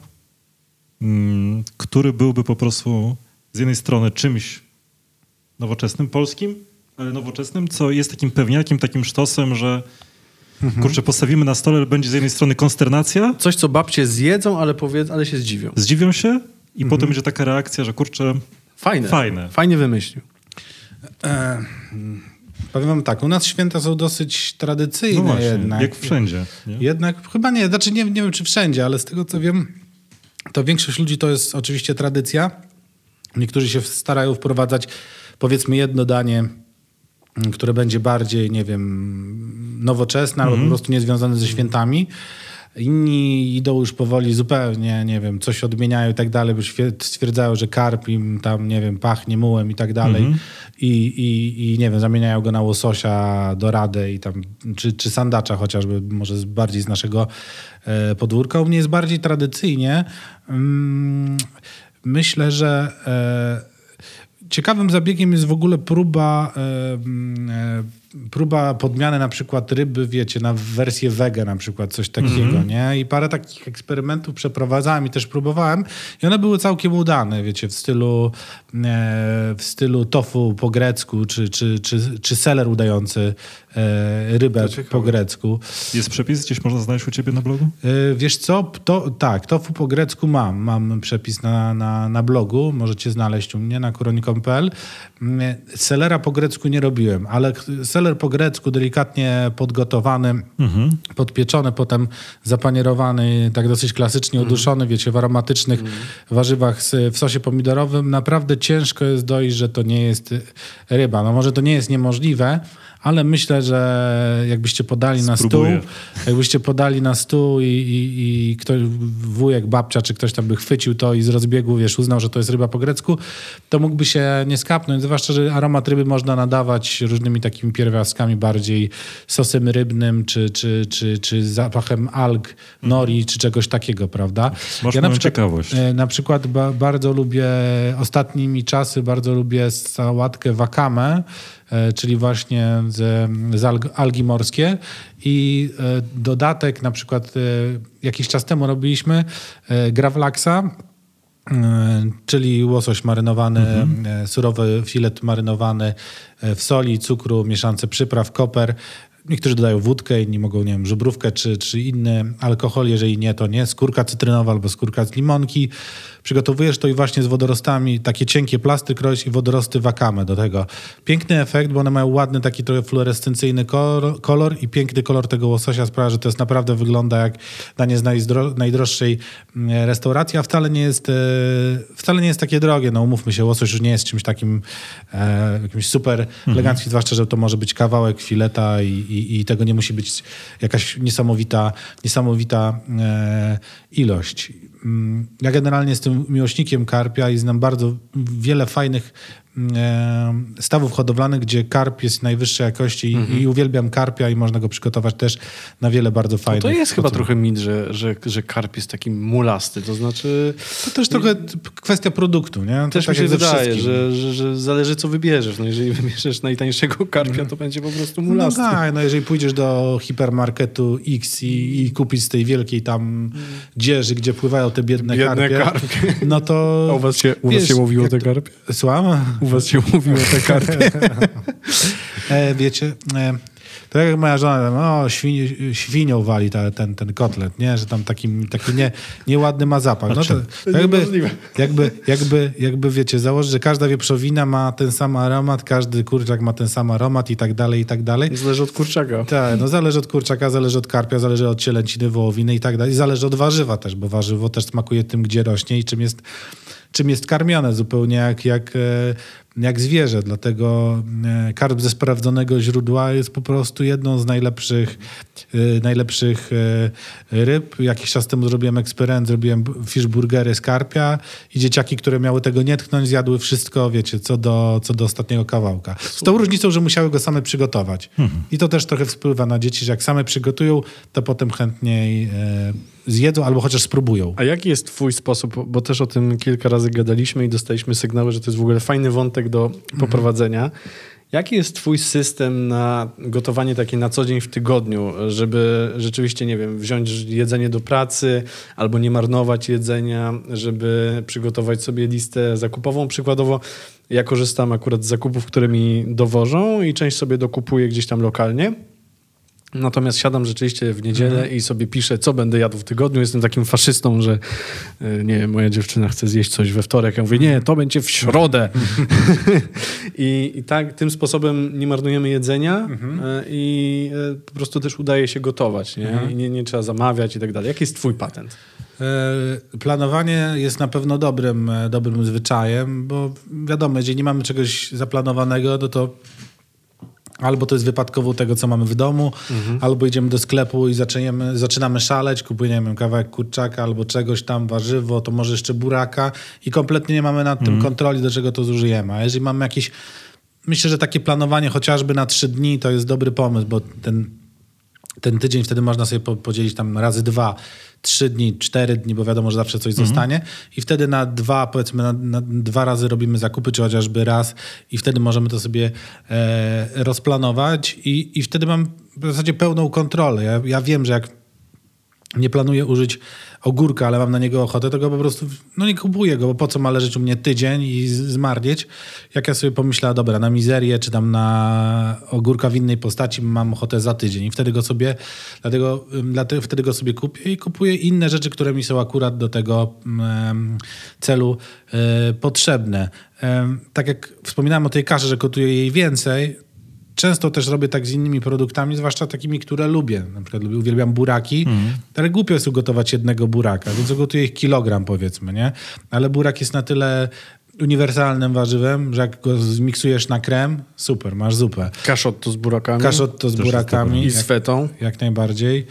który byłby po prostu z jednej strony czymś nowoczesnym, polskim, ale nowoczesnym, co jest takim pewniakiem, takim sztosem, że kurczę, postawimy na stole, będzie z jednej strony konsternacja. Coś, co babcie zjedzą, ale się zdziwią. Zdziwią się i potem będzie taka reakcja, że kurczę, fajne. Fajnie wymyślił. Powiem wam tak, u nas święta są dosyć tradycyjne, no właśnie, jednak. Jak wszędzie. Nie? Jednak chyba nie, znaczy nie wiem czy wszędzie, ale z tego co wiem, to większość ludzi to jest oczywiście tradycja. Niektórzy się starają wprowadzać powiedzmy jedno danie, które będzie bardziej, nie wiem, nowoczesne albo po prostu niezwiązane ze świętami. Inni idą już powoli zupełnie, nie wiem, coś odmieniają i tak dalej, bo stwierdzają, że karp im tam, nie wiem, pachnie mułem i tak dalej. I nie wiem, zamieniają go na łososia, doradę i tam, czy sandacza chociażby, może bardziej z naszego podwórka. U mnie jest bardziej tradycyjnie. Myślę, że ciekawym zabiegiem jest w ogóle próba próba podmiany na przykład ryby, wiecie, na wersję wege na przykład, coś takiego, nie? I parę takich eksperymentów przeprowadzałem i też próbowałem i one były całkiem udane, wiecie, w stylu tofu po grecku, czy seler udający rybę po grecku. Jest przepis? Gdzieś można znaleźć u ciebie na blogu? Wiesz co? Tak, tofu po grecku mam przepis na blogu, możecie znaleźć u mnie na kuronik.pl. Selera po grecku nie robiłem, ale seler po grecku delikatnie podgotowany, podpieczony, potem zapanierowany, tak dosyć klasycznie uduszony, wiecie, w aromatycznych warzywach w sosie pomidorowym. Naprawdę ciężko jest dojść, że to nie jest ryba. No może to nie jest niemożliwe, ale myślę, że jakbyście podali na stół i ktoś, wujek, babcia, czy ktoś tam by chwycił to i z rozbiegu, wiesz, uznał, że to jest ryba po grecku, to mógłby się nie skapnąć. Zwłaszcza, że aromat ryby można nadawać różnymi takimi pierwiastkami, bardziej sosem rybnym, czy zapachem alg, nori, czy czegoś takiego, prawda? Masz moją ciekawość. Na przykład bardzo lubię, ostatnimi czasy bardzo lubię sałatkę wakame, czyli właśnie z algi morskie i dodatek na przykład jakiś czas temu robiliśmy gravlaxa, czyli łosoś marynowany, surowy filet marynowany w soli, cukru, mieszance przypraw, koper. Niektórzy dodają wódkę, inni mogą, nie wiem, żubrówkę czy inny alkohol. Jeżeli nie, to nie. Skórka cytrynowa albo skórka z limonki. Przygotowujesz to i właśnie z wodorostami, takie cienkie plasty kroisz i wodorosty wakame do tego. Piękny efekt, bo one mają ładny taki trochę fluorescencyjny kolor i piękny kolor tego łososia sprawia, że to jest naprawdę wygląda jak danie z najdroższej restauracji, a wcale nie jest takie drogie. No umówmy się, łosoś już nie jest czymś takim jakimś super eleganckim, zwłaszcza, że to może być kawałek fileta i tego nie musi być jakaś niesamowita ilość. Ja generalnie jestem miłośnikiem karpia i znam bardzo wiele fajnych stawów hodowlanych, gdzie karp jest najwyższej jakości i uwielbiam karpia i można go przygotować też na wiele bardzo fajnych. No to jest chyba trochę mit, że karp jest taki mulasty, to znaczy... To też trochę kwestia produktu, nie? To też tak mi się wydaje, że zależy co wybierzesz. No jeżeli wybierzesz najtańszego karpia, to będzie po prostu mulasty. No tak, no jeżeli pójdziesz do hipermarketu X i kupisz z tej wielkiej tam dzieży, gdzie pływają te biedne karpie, no to... A u was się mówiło o te karpie? Słucham? U was się mówiło o te karpie. Wiecie, to jak moja żona, świnią wali ten kotlet, nie? Że tam taki nieładny ma zapach. No to jakby wiecie, założyć, że każda wieprzowina ma ten sam aromat, każdy kurczak ma ten sam aromat i tak dalej, i tak dalej. Zależy od kurczaka. Tak, no zależy od kurczaka, zależy od karpia, zależy od cielęciny, wołowiny i tak dalej. Zależy od warzywa też, bo warzywo też smakuje tym, gdzie rośnie i czym jest karmione, zupełnie jak zwierzę. Dlatego karp ze sprawdzonego źródła jest po prostu jedną z najlepszych ryb. Jakiś czas temu zrobiłem eksperyment, zrobiłem fishburgery z karpia i dzieciaki, które miały tego nie tknąć, zjadły wszystko, wiecie, co do ostatniego kawałka. Z tą różnicą, że musiały go same przygotować. I to też trochę wpływa na dzieci, że jak same przygotują, to potem chętniej zjedzą albo chociaż spróbują. A jaki jest twój sposób, bo też o tym kilka razy gadaliśmy i dostaliśmy sygnały, że to jest w ogóle fajny wątek do poprowadzenia. Jaki jest twój system na gotowanie takie na co dzień w tygodniu, żeby rzeczywiście, nie wiem, wziąć jedzenie do pracy albo nie marnować jedzenia, żeby przygotować sobie listę zakupową? Przykładowo ja korzystam akurat z zakupów, które mi dowożą i część sobie dokupuję gdzieś tam lokalnie. Natomiast siadam rzeczywiście w niedzielę i sobie piszę, co będę jadł w tygodniu. Jestem takim faszystą, że nie wiem, moja dziewczyna chce zjeść coś we wtorek. Ja mówię, nie, to będzie w środę. I tak tym sposobem nie marnujemy jedzenia i po prostu też udaje się gotować. Nie? I nie trzeba zamawiać i tak dalej. Jaki jest twój patent? Planowanie jest na pewno dobrym zwyczajem, bo wiadomo, jeżeli nie mamy czegoś zaplanowanego, no to albo to jest wypadkowo tego, co mamy w domu, albo idziemy do sklepu i zaczynamy szaleć, kupujemy kawałek kurczaka albo czegoś tam, warzywo, to może jeszcze buraka i kompletnie nie mamy nad tym kontroli, do czego to zużyjemy. A jeżeli mamy myślę, że takie planowanie chociażby na 3 dni to jest dobry pomysł, bo ten ten tydzień wtedy można sobie podzielić tam razy 2, 3 dni, 4 dni, bo wiadomo, że zawsze coś zostanie i wtedy na 2, powiedzmy na 2 razy robimy zakupy, czy chociażby raz i wtedy możemy to sobie rozplanować i wtedy mam w zasadzie pełną kontrolę. Ja wiem, że jak nie planuję użyć ogórka, ale mam na niego ochotę, to go po prostu nie kupuję go, bo po co ma leżeć u mnie tydzień i zmarnieć. Jak ja sobie pomyślę, dobra, na mizerię, czy tam na ogórka w innej postaci mam ochotę za tydzień i wtedy go sobie, wtedy go sobie kupię i kupuję inne rzeczy, które mi są akurat do tego celu potrzebne. Tak jak wspominałem o tej kaszy, że gotuję jej więcej, często też robię tak z innymi produktami, zwłaszcza takimi, które lubię. Na przykład uwielbiam buraki, ale głupio jest ugotować jednego buraka, więc ugotuję ich kilogram, powiedzmy, nie? Ale burak jest na tyle uniwersalnym warzywem, że jak go zmiksujesz na krem, super, masz zupę. Kaszotto z burakami. Kaszotto z burakami. I z fetą. Jak najbardziej.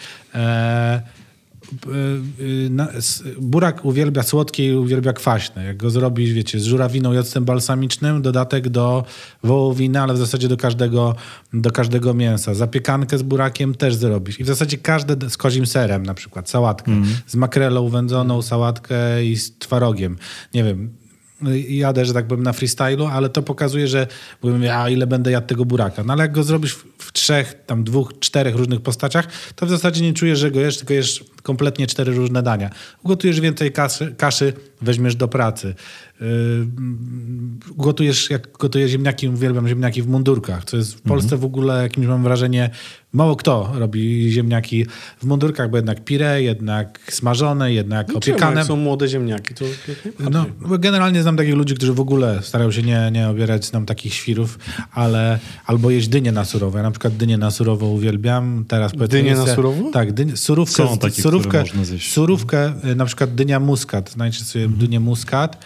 Burak uwielbia słodkie i uwielbia kwaśne. Jak go zrobisz, wiecie, z żurawiną i octem balsamicznym, dodatek do wołowiny, ale w zasadzie do każdego mięsa. Zapiekankę z burakiem też zrobisz. I w zasadzie każde z kozim serem, na przykład sałatkę. Z makrelą wędzoną, sałatkę i z twarogiem. Nie wiem, jadę, że tak powiem, na freestylu, ale to pokazuje, że mówię, ile będę jadł tego buraka. No ale jak go zrobisz w 3, 2, 4 różnych postaciach, to w zasadzie nie czujesz, że go jesz, tylko jesz kompletnie 4 różne dania. Ugotujesz więcej kaszy, weźmiesz do pracy. Jak gotuję ziemniaki, uwielbiam ziemniaki w mundurkach, co jest w Polsce w ogóle jakimś, mam wrażenie, mało kto robi ziemniaki w mundurkach, bo jednak pire, jednak smażone, jednak opiekane. Jak są młode ziemniaki, to... Generalnie znam takich ludzi, którzy w ogóle starają się nie obierać, znam takich świrów, ale albo jeść dynię na surowo. Ja na przykład dynię na surowo uwielbiam. Teraz dynię na surowo? Tak, surówkę, na przykład dynia muskat. Znajdźcie sobie dynię muskat.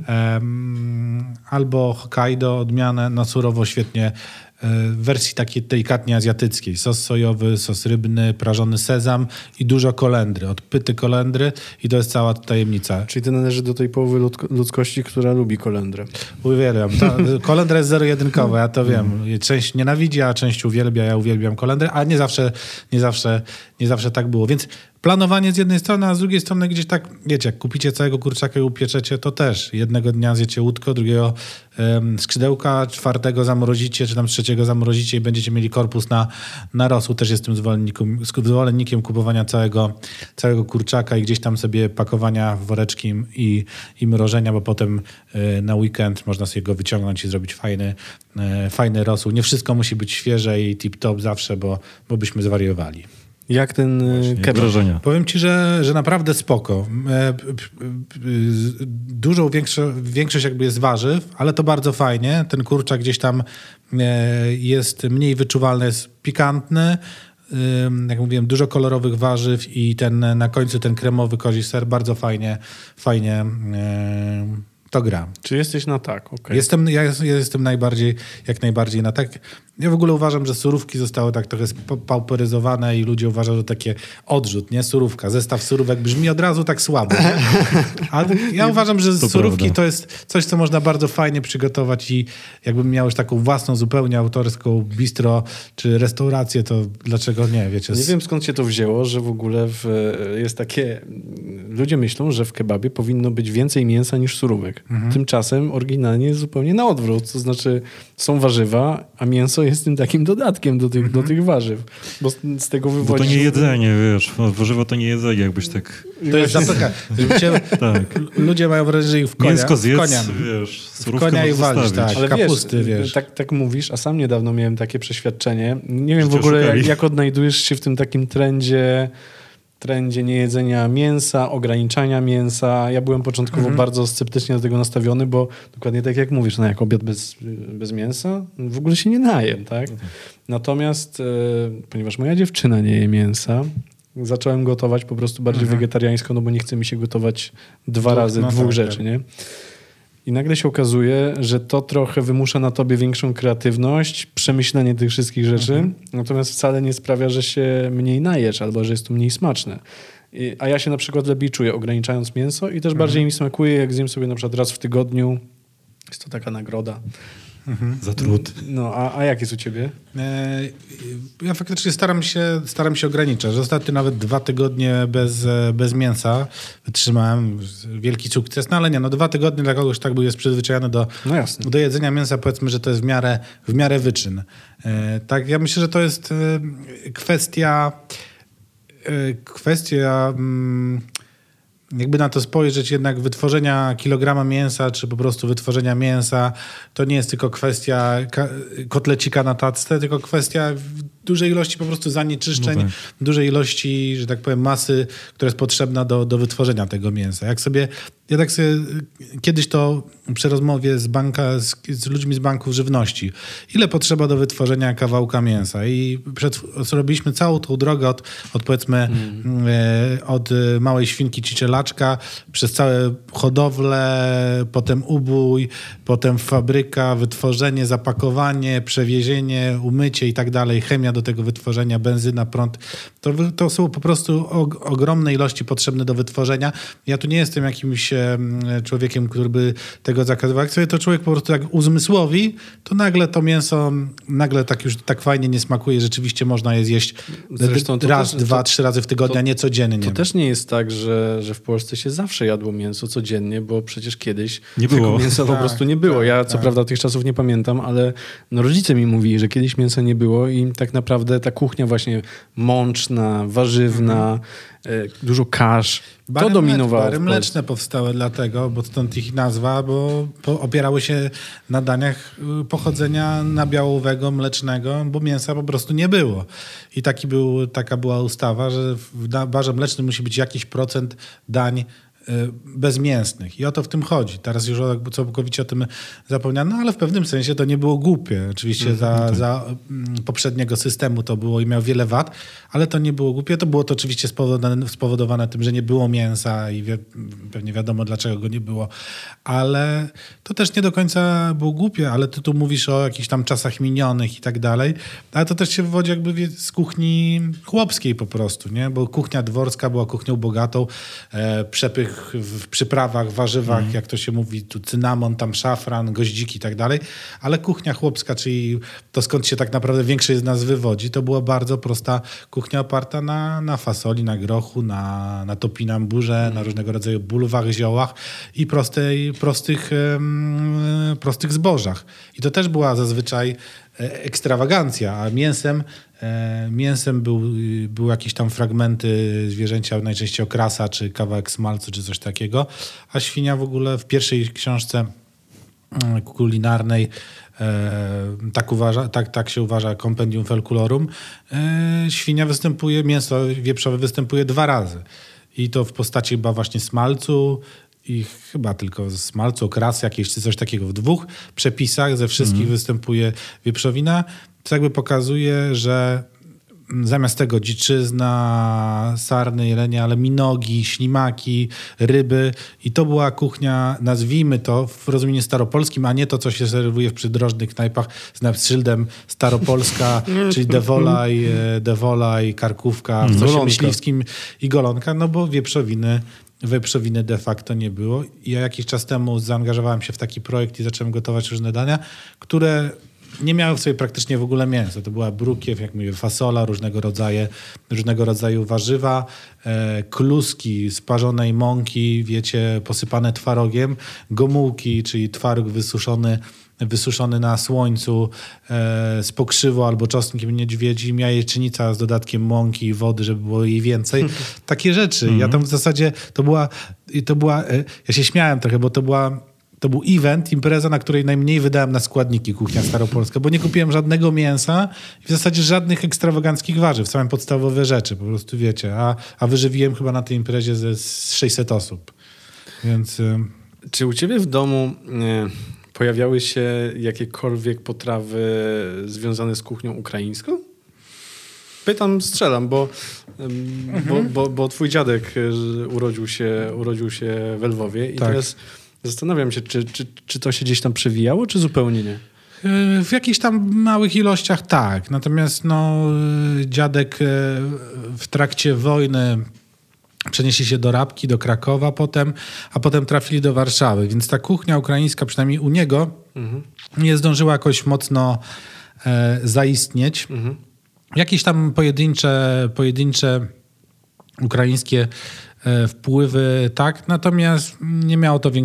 Albo Hokkaido, odmianę na surowo świetnie. W wersji takiej delikatnie azjatyckiej. Sos sojowy, sos rybny, prażony sezam i dużo kolendry. Odpyty kolendry i to jest cała tajemnica. Czyli ty należy do tej połowy ludzkości, która lubi kolendrę. Uwielbiam. Kolendra jest zero-jedynkowa, ja to wiem. Część nienawidzi, a część uwielbia. Ja uwielbiam kolendrę, a nie zawsze tak było. Więc planowanie z jednej strony, a z drugiej strony gdzieś tak, wiecie, jak kupicie całego kurczaka i upieczecie, to też jednego dnia zjecie łódko, drugiego skrzydełka, 4 zamrozicie, czy tam 3 zamrozicie i będziecie mieli korpus na rosół. Też jestem zwolennikiem kupowania całego kurczaka i gdzieś tam sobie pakowania w woreczki i mrożenia, bo potem na weekend można sobie go wyciągnąć i zrobić fajny rosół. Nie wszystko musi być świeże i tip-top zawsze, bo byśmy zwariowali. Jak ten kebab? Powiem ci, że naprawdę spoko. Większość jakby jest warzyw, ale to bardzo fajnie. Ten kurczak gdzieś tam jest mniej wyczuwalny, jest pikantny. Jak mówiłem, dużo kolorowych warzyw i na końcu ten kremowy kozi ser bardzo fajnie to gra. Czy jesteś na tak? Okay. Ja jestem jak najbardziej na tak. Ja w ogóle uważam, że surówki zostały tak trochę spauperyzowane i ludzie uważają, że takie odrzut, nie? Surówka, zestaw surówek brzmi od razu tak słabo. Nie? A ja uważam, że surówki prawda. To jest coś, co można bardzo fajnie przygotować i jakbym miał już taką własną, zupełnie autorską bistro czy restaurację, to dlaczego nie? Wiecie, nie wiem, skąd się to wzięło, że w ogóle jest takie... Ludzie myślą, że w kebabie powinno być więcej mięsa niż surówek. Tymczasem oryginalnie jest zupełnie na odwrót. To znaczy są warzywa, a mięso jest tym takim dodatkiem do tych warzyw. Bo z tego wywodzi... Bo to nie jedzenie, wiesz. Warzywa to nie jedzenie, jakbyś tak... To jest zapycha. Tak. Ludzie mają wrażenie, że ich w konia... Mięsko zjedz, wiesz, surówkę konia i walisz, tak. Ale kapusty, wiesz. Tak mówisz, a sam niedawno miałem takie przeświadczenie. Nie wiem w ogóle, jak odnajdujesz się w tym takim trendzie niejedzenia mięsa, ograniczania mięsa. Ja byłem początkowo bardzo sceptycznie do tego nastawiony, bo dokładnie tak jak mówisz, jak obiad bez mięsa, w ogóle się nie najem, tak? Natomiast ponieważ moja dziewczyna nie je mięsa, zacząłem gotować po prostu bardziej wegetariańsko, no bo nie chce mi się gotować dwa razy dwóch rzeczy, nie? I nagle się okazuje, że to trochę wymusza na tobie większą kreatywność, przemyślenie tych wszystkich rzeczy, natomiast wcale nie sprawia, że się mniej najesz albo że jest to mniej smaczne. A ja się na przykład lepiej czuję ograniczając mięso i też bardziej mi smakuje, jak zjem sobie na przykład raz w tygodniu. Jest to taka nagroda. za trud. No, a jak jest u ciebie? Ja faktycznie staram się ograniczać. Ostatnio nawet 2 tygodnie bez mięsa wytrzymałem. Wielki sukces. No ale nie, 2 tygodnie dla kogoś tak jest przyzwyczajony do jedzenia mięsa, powiedzmy, że to jest w miarę wyczyn. Tak, ja myślę, że to jest kwestia jakby na to spojrzeć, jednak wytworzenia kilograma mięsa, czy po prostu wytworzenia mięsa, to nie jest tylko kwestia kotlecika na tacce, tylko kwestia dużej ilości po prostu zanieczyszczeń, dużej ilości, że tak powiem, masy, która jest potrzebna do wytworzenia tego mięsa. Ja tak sobie kiedyś to przy rozmowie z ludźmi z banków żywności, ile potrzeba do wytworzenia kawałka mięsa i robiliśmy całą tą drogę od powiedzmy od małej świnki cicielaczka przez całe hodowlę, potem ubój, potem fabryka, wytworzenie, zapakowanie, przewiezienie, umycie i tak dalej, chemia do tego wytworzenia, benzyna, prąd. To są po prostu ogromne ilości potrzebne do wytworzenia. Ja tu nie jestem jakimś człowiekiem, który by tego zakazywał. Jak sobie to człowiek po prostu tak uzmysłowi, to nagle to mięso tak fajnie nie smakuje. Rzeczywiście można je zjeść raz, 2, 3 razy w tygodniu, a nie codziennie. To też nie jest tak, że w Polsce się zawsze jadło mięso codziennie, bo przecież kiedyś nie było. Mięsa po prostu nie było. Ja co prawda tych czasów nie pamiętam, ale rodzice mi mówili, że kiedyś mięsa nie było i tak naprawdę ta kuchnia właśnie mączna, warzywna, dużo kasz, to dominowało. Bary mleczne powstały dlatego, bo stąd ich nazwa, bo opierały się na daniach pochodzenia nabiałowego, mlecznego, bo mięsa po prostu nie było. I taka była ustawa, że w barze mlecznym musi być jakiś procent dań bezmięsnych. I o to w tym chodzi. Teraz już całkowicie o tym zapomniano, no ale w pewnym sensie to nie było głupie. Oczywiście za poprzedniego systemu to było i miał wiele wad, ale to nie było głupie. To było to oczywiście spowodowane tym, że nie było mięsa i pewnie wiadomo, dlaczego go nie było. Ale to też nie do końca było głupie, ale ty tu mówisz o jakichś tam czasach minionych i tak dalej, ale to też się wywodzi jakby z kuchni chłopskiej po prostu, nie? Bo kuchnia dworska była kuchnią bogatą, przepych w przyprawach, warzywach, jak to się mówi, tu cynamon, tam szafran, goździki i tak dalej, ale kuchnia chłopska, czyli to skąd się tak naprawdę większość z nas wywodzi, to była bardzo prosta kuchnia oparta na fasoli, na grochu, na topinamburze, na różnego rodzaju bulwach, ziołach i prostych zbożach. I to też była zazwyczaj ekstrawagancja, a mięsem były jakieś tam fragmenty zwierzęcia, najczęściej okrasa, czy kawałek smalcu, czy coś takiego. A świnia w ogóle w pierwszej książce kulinarnej, tak się uważa, Compendium Folklorum, świnia mięso wieprzowe występuje 2 razy. I to w postaci chyba właśnie smalcu, i chyba tylko z smalcu, okrasy jakieś, czy coś takiego. W 2 przepisach ze wszystkich występuje wieprzowina. To jakby pokazuje, że zamiast tego dziczyzna, sarny, jelenie, ale minogi, ślimaki, ryby. I to była kuchnia, nazwijmy to w rozumieniu staropolskim, a nie to, co się serwuje w przydrożnych knajpach z szyldem Staropolska, czyli dewolaj, karkówka, w sosie myśliwskim i golonka, no bo wieprzowiny de facto nie było. I ja jakiś czas temu zaangażowałem się w taki projekt i zacząłem gotować różne dania, które nie miały w sobie praktycznie w ogóle mięsa. To była brukiew, jak mówię, fasola, różnego rodzaju warzywa, kluski z parzonej mąki, wiecie, posypane twarogiem, gomułki, czyli twaróg wysuszony na słońcu z pokrzywu albo czosnkiem niedźwiedzim, jajecznica z dodatkiem mąki i wody, żeby było jej więcej. Takie rzeczy. Ja tam w zasadzie ja się śmiałem trochę, bo to był impreza, na której najmniej wydałem na składniki kuchnia staropolska, bo nie kupiłem żadnego mięsa i w zasadzie żadnych ekstrawaganckich warzyw, same podstawowe rzeczy, po prostu wiecie. A wyżywiłem chyba na tej imprezie ze 600 osób. Więc... Czy u ciebie w domu pojawiały się jakiekolwiek potrawy związane z kuchnią ukraińską? Strzelam, bo twój dziadek urodził się w Lwowie i teraz zastanawiam się, czy to się gdzieś tam przewijało, czy zupełnie nie? W jakichś tam małych ilościach tak. Natomiast dziadek w trakcie wojny Przenieśli się do Rabki, do Krakowa a potem trafili do Warszawy. Więc ta kuchnia ukraińska, przynajmniej u niego, nie zdążyła jakoś mocno zaistnieć. Jakieś tam pojedyncze ukraińskie wpływy, tak, natomiast nie miało to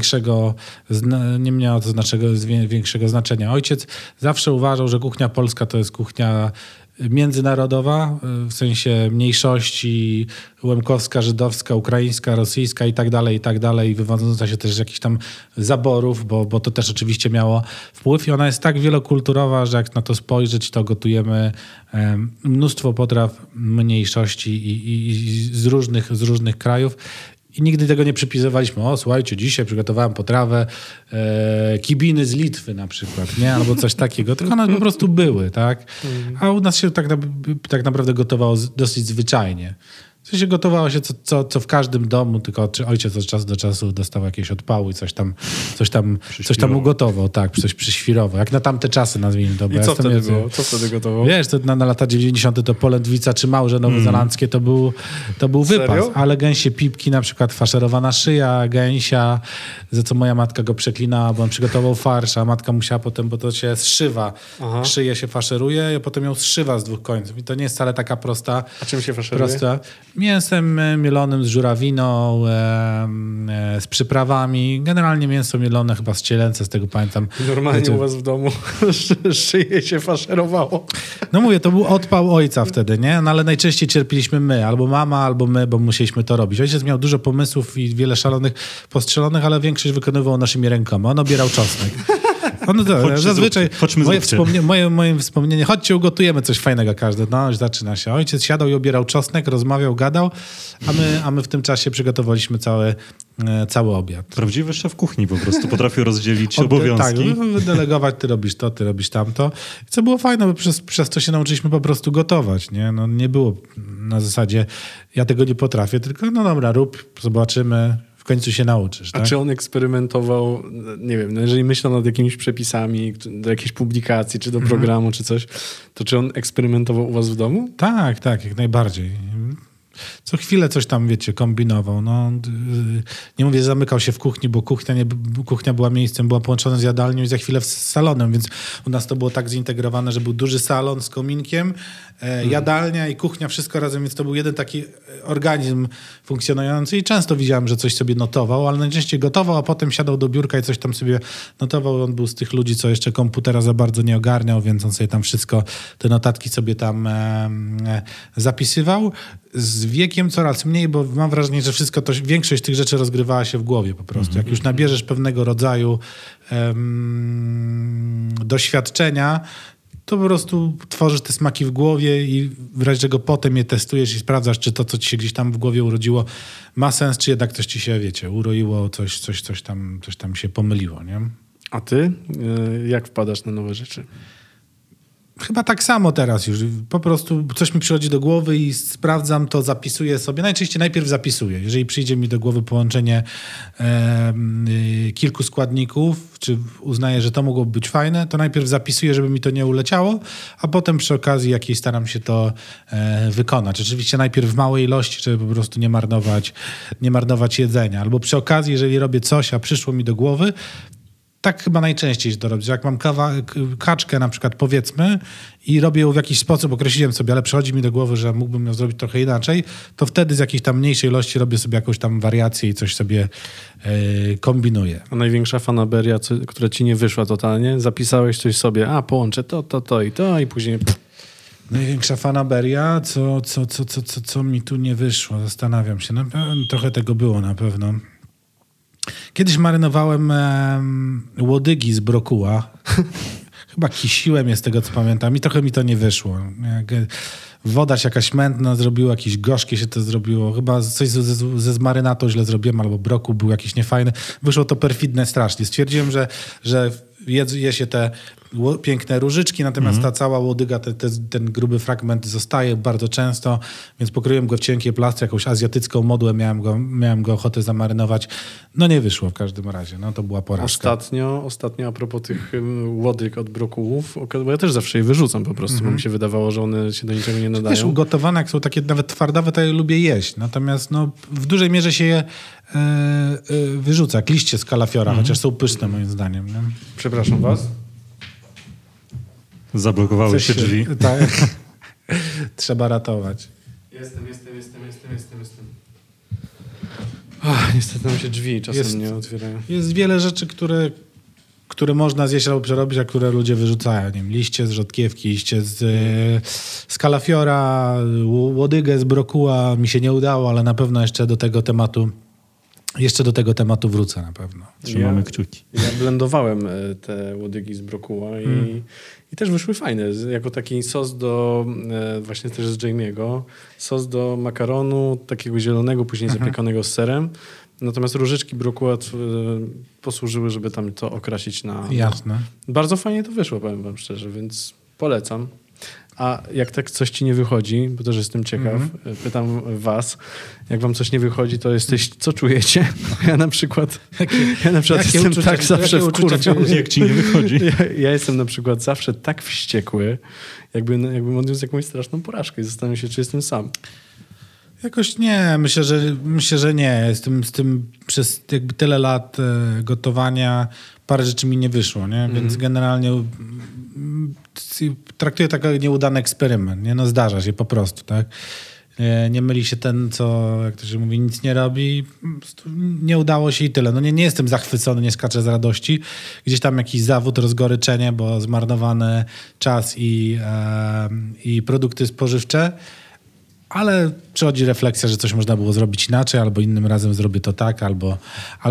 większego znaczenia. Ojciec zawsze uważał, że kuchnia polska to jest kuchnia międzynarodowa, w sensie mniejszości łemkowska, żydowska, ukraińska, rosyjska i tak dalej, wywodząca się też z jakichś tam zaborów, bo to też oczywiście miało wpływ i ona jest tak wielokulturowa, że jak na to spojrzeć, to gotujemy mnóstwo potraw mniejszości i z różnych krajów. I nigdy tego nie przypisywaliśmy. O, słuchajcie, dzisiaj przygotowałem potrawę kibiny z Litwy na przykład, nie? Albo coś takiego. Tylko one po prostu były, tak? A u nas się tak naprawdę gotowało dosyć zwyczajnie. W sensie gotowało się co w każdym domu, tylko czy ojciec od czasu do czasu dostał jakieś odpały i coś tam ugotował, tak, coś przyświrował. Jak na tamte czasy, nazwijmy to. I co wtedy było? Co wtedy gotował? Wiesz, to na lata 90. to polędwica czy małże nowozelandzkie to był wypas. Serio? Ale gęsie pipki, na przykład faszerowana szyja gęsia, za co moja matka go przeklinała, bo on przygotował farsz, a matka musiała potem, bo to się zszywa. Aha. Szyję się faszeruje, a potem ją zszywa z dwóch końców. I to nie jest wcale taka prosta. A czym się faszeruje? Mięsem mielonym z żurawiną, z przyprawami. Generalnie mięso mielone chyba z cielęce, z tego pamiętam. Normalnie u was w domu szyję się faszerowało. No mówię, to był odpał ojca wtedy, nie? No ale najczęściej cierpiliśmy my, albo mama, albo my, bo musieliśmy to robić. Ojciec miał dużo pomysłów i wiele szalonych, postrzelonych, ale większość wykonywał naszymi rękoma. On obierał czosnek. Zazwyczaj moje wspomnienie, chodźcie, ugotujemy coś fajnego każdy. No, już zaczyna się. Ojciec siadał i obierał czosnek, rozmawiał, gadał, a my w tym czasie przygotowaliśmy cały obiad. Prawdziwy szef kuchni po prostu potrafił rozdzielić obowiązki. Tak, delegować, ty robisz to, ty robisz tamto. I co było fajne, bo przez to się nauczyliśmy po prostu gotować. Nie? No, nie było na zasadzie, ja tego nie potrafię, tylko no dobra, rób, zobaczymy. W końcu się nauczysz. A tak? czy on eksperymentował, nie wiem, no jeżeli myślał nad jakimiś przepisami do jakiejś publikacji, czy do programu, czy coś, to czy on eksperymentował u was w domu? Tak, jak najbardziej. Co chwilę coś tam, wiecie, kombinował. No, nie mówię, zamykał się w kuchni, bo kuchnia była miejscem, była połączona z jadalnią i za chwilę z salonem, więc u nas to było tak zintegrowane, że był duży salon z kominkiem, jadalnia i kuchnia, wszystko razem, więc to był jeden taki organizm funkcjonujący i często widziałem, że coś sobie notował, ale najczęściej gotował, a potem siadał do biurka i coś tam sobie notował. On był z tych ludzi, co jeszcze komputera za bardzo nie ogarniał, więc on sobie tam wszystko, te notatki sobie tam zapisywał. Z wiekiem coraz mniej, bo mam wrażenie, że większość tych rzeczy rozgrywała się w głowie po prostu. Jak już nabierzesz pewnego rodzaju doświadczenia, to po prostu tworzysz te smaki w głowie i w razie czego potem je testujesz i sprawdzasz, czy to, co ci się gdzieś tam w głowie urodziło, ma sens, czy jednak coś ci się, wiecie, uroiło, coś tam się pomyliło, nie? A ty? Jak wpadasz na nowe rzeczy? Chyba tak samo teraz już. Po prostu coś mi przychodzi do głowy i sprawdzam to, zapisuję sobie. Najczęściej najpierw zapisuję. Jeżeli przyjdzie mi do głowy połączenie kilku składników, czy uznaję, że to mogłoby być fajne, to najpierw zapisuję, żeby mi to nie uleciało, a potem przy okazji jakiejś staram się to wykonać. Oczywiście najpierw w małej ilości, żeby po prostu nie marnować jedzenia. Albo przy okazji, jeżeli robię coś, a przyszło mi do głowy, tak chyba najczęściej się to robi. Jak mam kaczkę na przykład, powiedzmy, i robię ją w jakiś sposób, określiłem sobie, ale przychodzi mi do głowy, że mógłbym ją zrobić trochę inaczej, to wtedy z jakiejś tam mniejszej ilości robię sobie jakąś tam wariację i coś sobie kombinuję. A największa fanaberia, która ci nie wyszła totalnie? Zapisałeś coś sobie, połączę to i później... Największa fanaberia, co mi tu nie wyszło? Zastanawiam się. Trochę tego było na pewno. Kiedyś marynowałem łodygi z brokuła. Chyba kisiłem je z tego, co pamiętam. I trochę mi to nie wyszło. Woda się jakaś mętna zrobiła, jakieś gorzkie się to zrobiło. Chyba coś ze marynatą źle zrobiłem, albo brokuł był jakiś niefajny. Wyszło to perfidne strasznie. Stwierdziłem, że je się te piękne różyczki, natomiast ta cała łodyga, ten gruby fragment zostaje bardzo często, więc pokroiłem go w cienkie plastry, jakąś azjatycką modłę, miałem go ochotę zamarynować. No nie wyszło w każdym razie, no to była porażka. Ostatnio a propos tych łodyg od brokułów, bo ja też zawsze je wyrzucam po prostu, bo mi się wydawało, że one się do niczego nie nadają. Też ugotowane, jak są takie nawet twardawe, to je lubię jeść, natomiast no, w dużej mierze się je wyrzuca, jak liście z kalafiora, chociaż są pyszne moim zdaniem. Nie? Przepraszam was. Zablokowały się drzwi. Tak. Trzeba ratować. Jestem. Niestety nam się drzwi czasem nie otwierają. Jest wiele rzeczy, które można zjeść albo przerobić, a które ludzie wyrzucają. Nie wiem, liście z rzodkiewki, liście z kalafiora, łodygę z brokuła. Mi się nie udało, ale na pewno jeszcze do tego tematu wrócę na pewno. Trzymamy kciuki. Ja blendowałem te łodygi z brokuła i też wyszły fajne. Jako taki sos do, właśnie też z Jamie'ego, sos do makaronu, takiego zielonego, później zapiekanego z serem. Natomiast różyczki brokuła posłużyły, żeby tam to okrasić na... Jasne. Bardzo fajnie to wyszło, powiem wam szczerze, więc polecam. A jak tak coś ci nie wychodzi, bo też jestem ciekaw, pytam was, jak wam coś nie wychodzi, to co czujecie? Ja na przykład jestem tak zawsze wkurwiony. Jak ci nie wychodzi? Ja jestem na przykład zawsze tak wściekły, jakbym odniósł jakąś straszną porażkę i zastanawiam się, czy jestem sam. Jakoś nie, myślę, że nie. Z tym przez jakby tyle lat gotowania parę rzeczy mi nie wyszło, nie? Więc generalnie traktuję to jako nieudany eksperyment, nie? No zdarza się po prostu, tak? Nie myli się ten, co, jak to się mówi, nic nie robi. Nie udało się i tyle. No nie jestem zachwycony, nie skaczę z radości. Gdzieś tam jakiś zawód, rozgoryczenie, bo zmarnowany czas i produkty spożywcze. Ale przychodzi refleksja, że coś można było zrobić inaczej, albo innym razem zrobię to tak, albo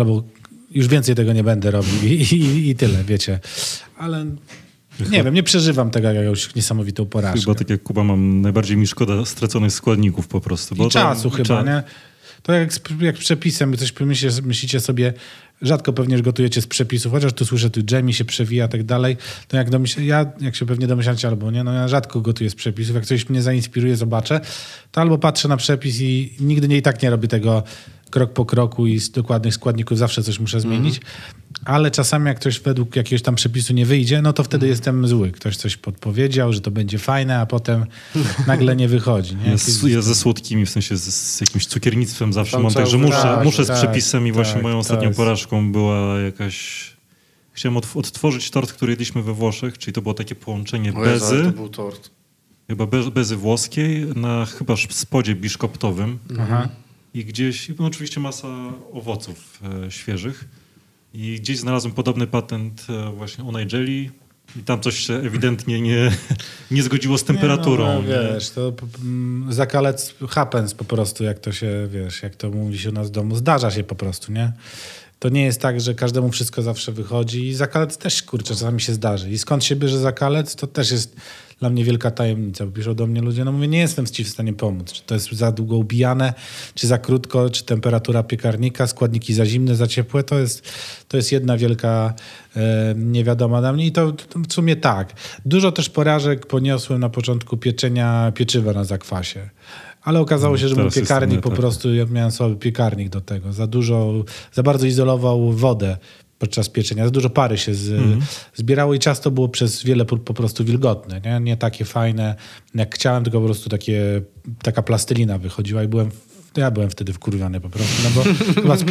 już więcej tego nie będę robił i tyle, wiecie. Ale nie wiem, nie przeżywam tego jak jakąś niesamowitą porażkę. Chyba tak jak Kuba mam, najbardziej mi szkoda straconych składników po prostu. Bo i czasu chyba, nie? To jak przepisem, coś myślicie sobie, rzadko pewnie już gotujecie z przepisów, chociaż tu słyszę, tu Jamie się przewija i tak dalej, to jak się pewnie domyślacie albo nie, no ja rzadko gotuję z przepisów, jak coś mnie zainspiruje, zobaczę, to albo patrzę na przepis i nigdy i tak nie robię tego krok po kroku i z dokładnych składników zawsze coś muszę zmienić, ale czasami jak ktoś według jakiegoś tam przepisu nie wyjdzie, no to wtedy jestem zły. Ktoś coś podpowiedział, że to będzie fajne, a potem nagle nie wychodzi. Nie? Ja ze słodkimi, w sensie z jakimś cukiernictwem zawsze mam tak, że muszę z przepisem i właśnie moją ostatnią porażką była jakaś... Chciałem odtworzyć tort, który jedliśmy we Włoszech, czyli to było takie połączenie bezy. To był tort. Chyba bezy włoskiej na chyba spodzie biszkoptowym. I gdzieś, no oczywiście masa owoców świeżych. I gdzieś znalazłem podobny patent właśnie u Nigeli i tam coś się ewidentnie nie zgodziło z temperaturą. Nie, no, wiesz, to zakalec happens po prostu, jak to się, wiesz, jak to mówi się u nas w domu. Zdarza się po prostu, nie? To nie jest tak, że każdemu wszystko zawsze wychodzi i zakalec też, kurczę, czasami się zdarzy. I skąd się bierze zakalec, to też jest dla mnie wielka tajemnica. Bo piszą do mnie ludzie, no mówię, nie jestem ci w stanie pomóc. Czy to jest za długo ubijane, czy za krótko, czy temperatura piekarnika, składniki za zimne, za ciepłe. To jest jedna wielka niewiadoma dla mnie i to w sumie tak. Dużo też porażek poniosłem na początku pieczenia pieczywa na zakwasie. Ale okazało się, że mój piekarnik po prostu, ja miałem słaby piekarnik do tego. Za bardzo izolował wodę podczas pieczenia. Za dużo pary się zbierało i ciasto było przez wiele po prostu wilgotne. Nie takie fajne, jak chciałem, tylko po prostu taka plastelina wychodziła i ja byłem wtedy wkurwiony po prostu, no bo chyba z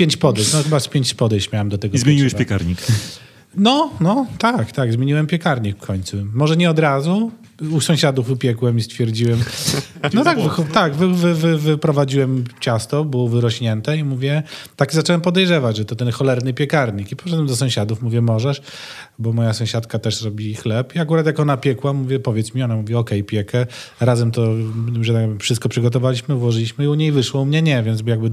5 podejść miałem do tego. I zmieniłeś piekarnik. No, tak, zmieniłem piekarnik w końcu. Może nie od razu. U sąsiadów wypiekłem i stwierdziłem... No tak, wyprowadziłem ciasto, było wyrośnięte i mówię... Tak zacząłem podejrzewać, że to ten cholerny piekarnik. I poszedłem do sąsiadów, mówię, możesz, bo moja sąsiadka też robi chleb. I akurat jak ona piekła, mówię, powiedz mi, ona mówi, okej, piekę. Razem to, że tak wszystko przygotowaliśmy, włożyliśmy i u niej wyszło, u mnie nie, więc jakby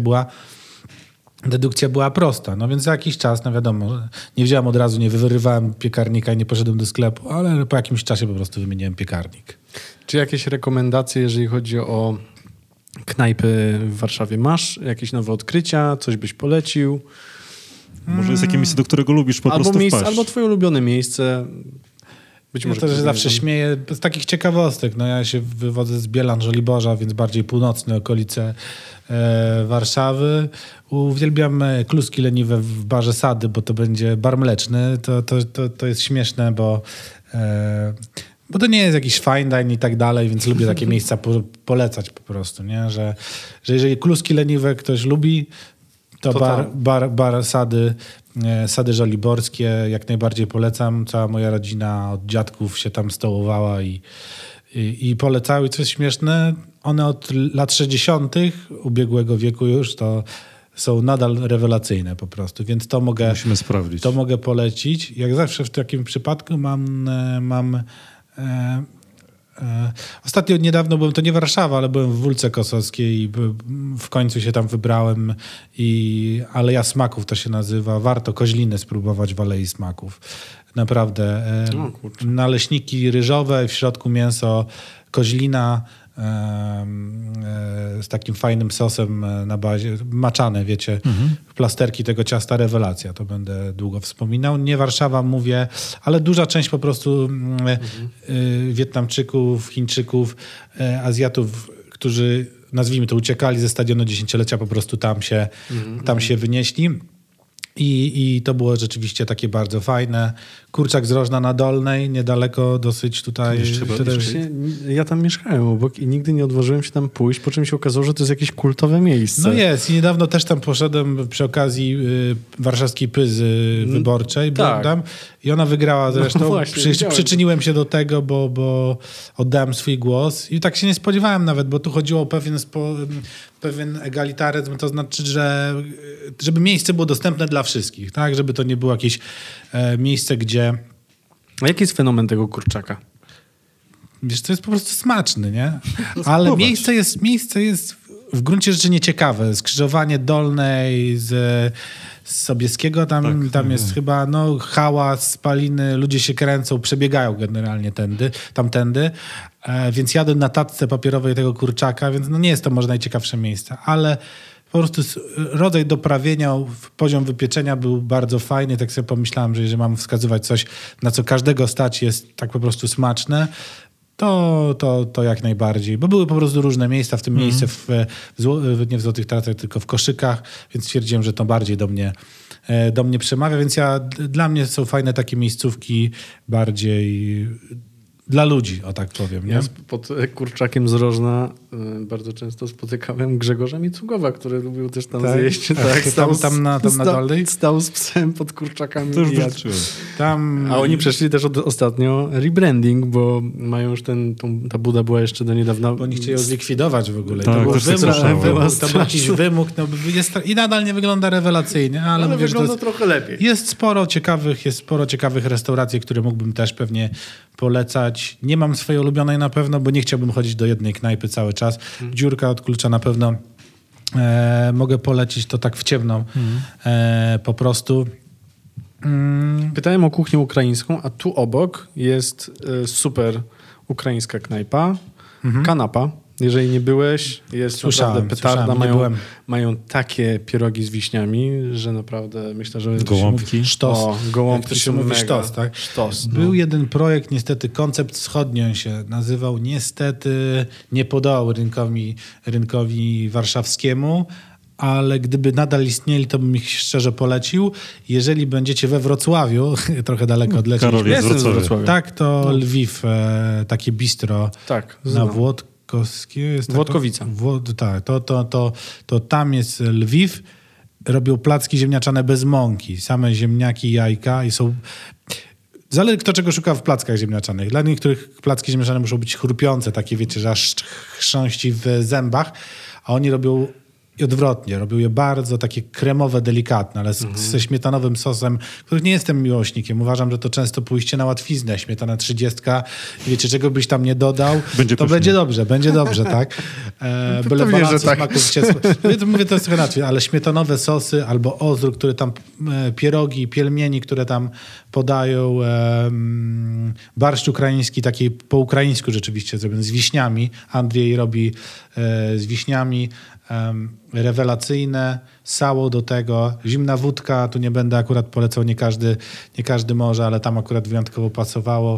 dedukcja była prosta. No więc za jakiś czas, no wiadomo, nie wziąłem od razu, nie wyrywałem piekarnika i nie poszedłem do sklepu, ale po jakimś czasie po prostu wymieniłem piekarnik. Czy jakieś rekomendacje, jeżeli chodzi o knajpy w Warszawie? Masz jakieś nowe odkrycia? Coś byś polecił? Może jest jakieś miejsce, do którego lubisz po prostu wpaść. Albo twoje ulubione miejsce. Być może też zawsze śmieję z takich ciekawostek. No ja się wywodzę z Bielan, Żoliborza, więc bardziej północne okolice Warszawy. Uwielbiam kluski leniwe w barze Sady, bo to będzie bar mleczny. To jest śmieszne, bo to nie jest jakiś fine dine i tak dalej, więc lubię takie miejsca polecać po prostu, nie? Że jeżeli kluski leniwe ktoś lubi, to bar Sady Żoliborskie jak najbardziej polecam. Cała moja rodzina od dziadków się tam stołowała i polecały. I co jest śmieszne, one od lat 60. ubiegłego wieku już to są nadal rewelacyjne po prostu, więc musimy sprawdzić. To mogę polecić. Jak zawsze w takim przypadku mam ostatnio niedawno byłem, to nie Warszawa, ale byłem w Wólce Kosowskiej i w końcu się tam wybrałem Aleja Smaków to się nazywa. Warto koźliny spróbować w Alei Smaków. Naprawdę. Naleśniki ryżowe, w środku mięso koźlina z takim fajnym sosem na bazie, maczane, wiecie, plasterki tego ciasta, rewelacja, to będę długo wspominał. Nie Warszawa mówię, ale duża część po prostu Wietnamczyków, Chińczyków, Azjatów, którzy, nazwijmy to, uciekali ze stadionu dziesięciolecia, po prostu tam się wynieśli. I to było rzeczywiście takie bardzo fajne. Kurczak z Rożna na Dolnej, niedaleko dosyć tutaj. Ja tam mieszkałem obok i nigdy nie odważyłem się tam pójść, po czym się okazało, że to jest jakieś kultowe miejsce. No jest. I niedawno też tam poszedłem przy okazji warszawskiej Pyzy wyborczej. Byłem tam i ona wygrała zresztą. No właśnie, przyczyniłem się do tego, bo oddałem swój głos i tak się nie spodziewałem nawet, bo tu chodziło o pewien egalitaryzm, to znaczy, żeby miejsce było dostępne dla wszystkich, tak? Żeby to nie było jakieś miejsce, gdzie... A jaki jest fenomen tego kurczaka? Wiesz, to jest po prostu smaczny, nie? Ale miejsce jest w gruncie rzeczy nieciekawe. Skrzyżowanie Dolnej z Sobieskiego, tam jest chyba hałas, spaliny, ludzie się kręcą, przebiegają generalnie tamtędy. Więc jadę na tacce papierowej tego kurczaka, więc nie jest to może najciekawsze miejsce, ale po prostu rodzaj doprawienia, poziom wypieczenia był bardzo fajny. Tak sobie pomyślałem, że jeżeli mam wskazywać coś, na co każdego stać, jest tak po prostu smaczne, to jak najbardziej. Bo były po prostu różne miejsca, w tym miejsce nie w Złotych Taracach, tylko w Koszykach, więc stwierdziłem, że to bardziej do mnie przemawia, więc dla mnie są fajne takie miejscówki bardziej dla ludzi, o tak powiem. Nie? Ja pod kurczakiem z Rożna bardzo często spotykałem Grzegorza Micugowa, który lubił też tam zjeść. Tak, tam na Dolnej? Stał z psem pod kurczakami. To już A oni przeszli też ostatnio rebranding, bo mają już ta buda była jeszcze do niedawna... Bo oni chcieli ją zlikwidować w ogóle. Tak, to był jakiś wymóg. I nadal nie wygląda rewelacyjnie, ale wygląda trochę lepiej. Jest sporo ciekawych restauracji, które mógłbym też pewnie polecać. Nie mam swojej ulubionej na pewno, bo nie chciałbym chodzić do jednej knajpy cały czas. Dziurka od klucza na pewno mogę polecić, to tak w ciemną po prostu. Pytałem o kuchnię ukraińską, a tu obok jest super ukraińska knajpa, Kanapa. Jeżeli nie byłeś, jest naprawdę petarda. Mają takie pierogi z wiśniami, że naprawdę myślę, że... Gołąbki. Sztos. Gołąbki to się mówi sztos, tak? Sztos, Był jeden projekt, niestety Koncept Wschodni on się nazywał. Niestety nie podołał rynkowi warszawskiemu, ale gdyby nadal istnieli, to bym ich szczerze polecił. Jeżeli będziecie we Wrocławiu, trochę daleko odlecieć. Karol jest z Wrocławia. Tak, to Lwiw, takie bistro na Włodkowica. Tak, to tam jest Lwiw. Robią placki ziemniaczane bez mąki. Same ziemniaki, jajka i są... Zależy kto czego szuka w plackach ziemniaczanych. Dla niektórych placki ziemniaczane muszą być chrupiące, takie wiecie, że aż chrząści w zębach, a oni robią i odwrotnie. Robią je bardzo takie kremowe, delikatne, ale ze śmietanowym sosem, których nie jestem miłośnikiem. Uważam, że to często pójście na łatwiznę. Śmietana 30, wiecie, czego byś tam nie dodał, będzie dobrze, tak? Byle balansu smaków mówię to jest trochę łatwiej, ale śmietanowe sosy albo ozór, które tam pierogi, pielmieni, które tam podają, barszcz ukraiński, taki po ukraińsku rzeczywiście zrobiony, z wiśniami. Andrzej robi z wiśniami. rewelacyjne, sało do tego, zimna wódka, tu nie będę akurat polecał, nie każdy może, ale tam akurat wyjątkowo pasowało.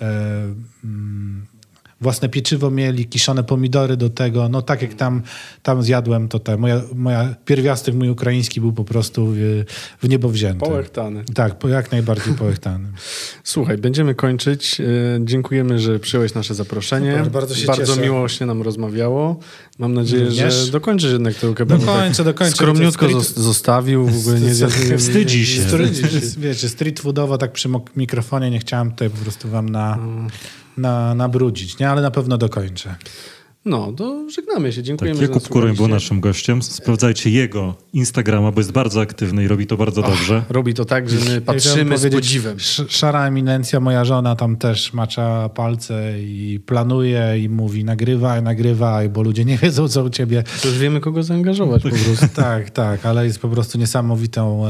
Własne pieczywo mieli, kiszone pomidory do tego. No tak jak tam zjadłem, to moja pierwiastek mój ukraiński był po prostu w niebo wzięty. Połechtany. Tak, jak najbardziej połechtany. Słuchaj, będziemy kończyć. Dziękujemy, że przyjąłeś nasze zaproszenie. Super, bardzo się cieszę. Miło się nam rozmawiało. Mam nadzieję, że dokończysz jednak tego kebabu. Dokończę. Skromniutko zostawił. W ogóle nie wstydzi się. Wiecie, street foodowo tak przy mikrofonie nie chciałem tutaj po prostu wam nabrudzić, nie? Ale na pewno dokończę. No, to żegnamy się. Dziękujemy, tak, Jakub Kuroń był naszym gościem. Sprawdzajcie jego Instagrama, bo jest bardzo aktywny i robi to bardzo dobrze. Robi to tak, że my patrzymy z podziwem. Szara eminencja, moja żona tam też macza palce i planuje i mówi nagrywaj, bo ludzie nie wiedzą, co u ciebie. To już wiemy, kogo zaangażować po prostu. Tak, ale jest po prostu niesamowitą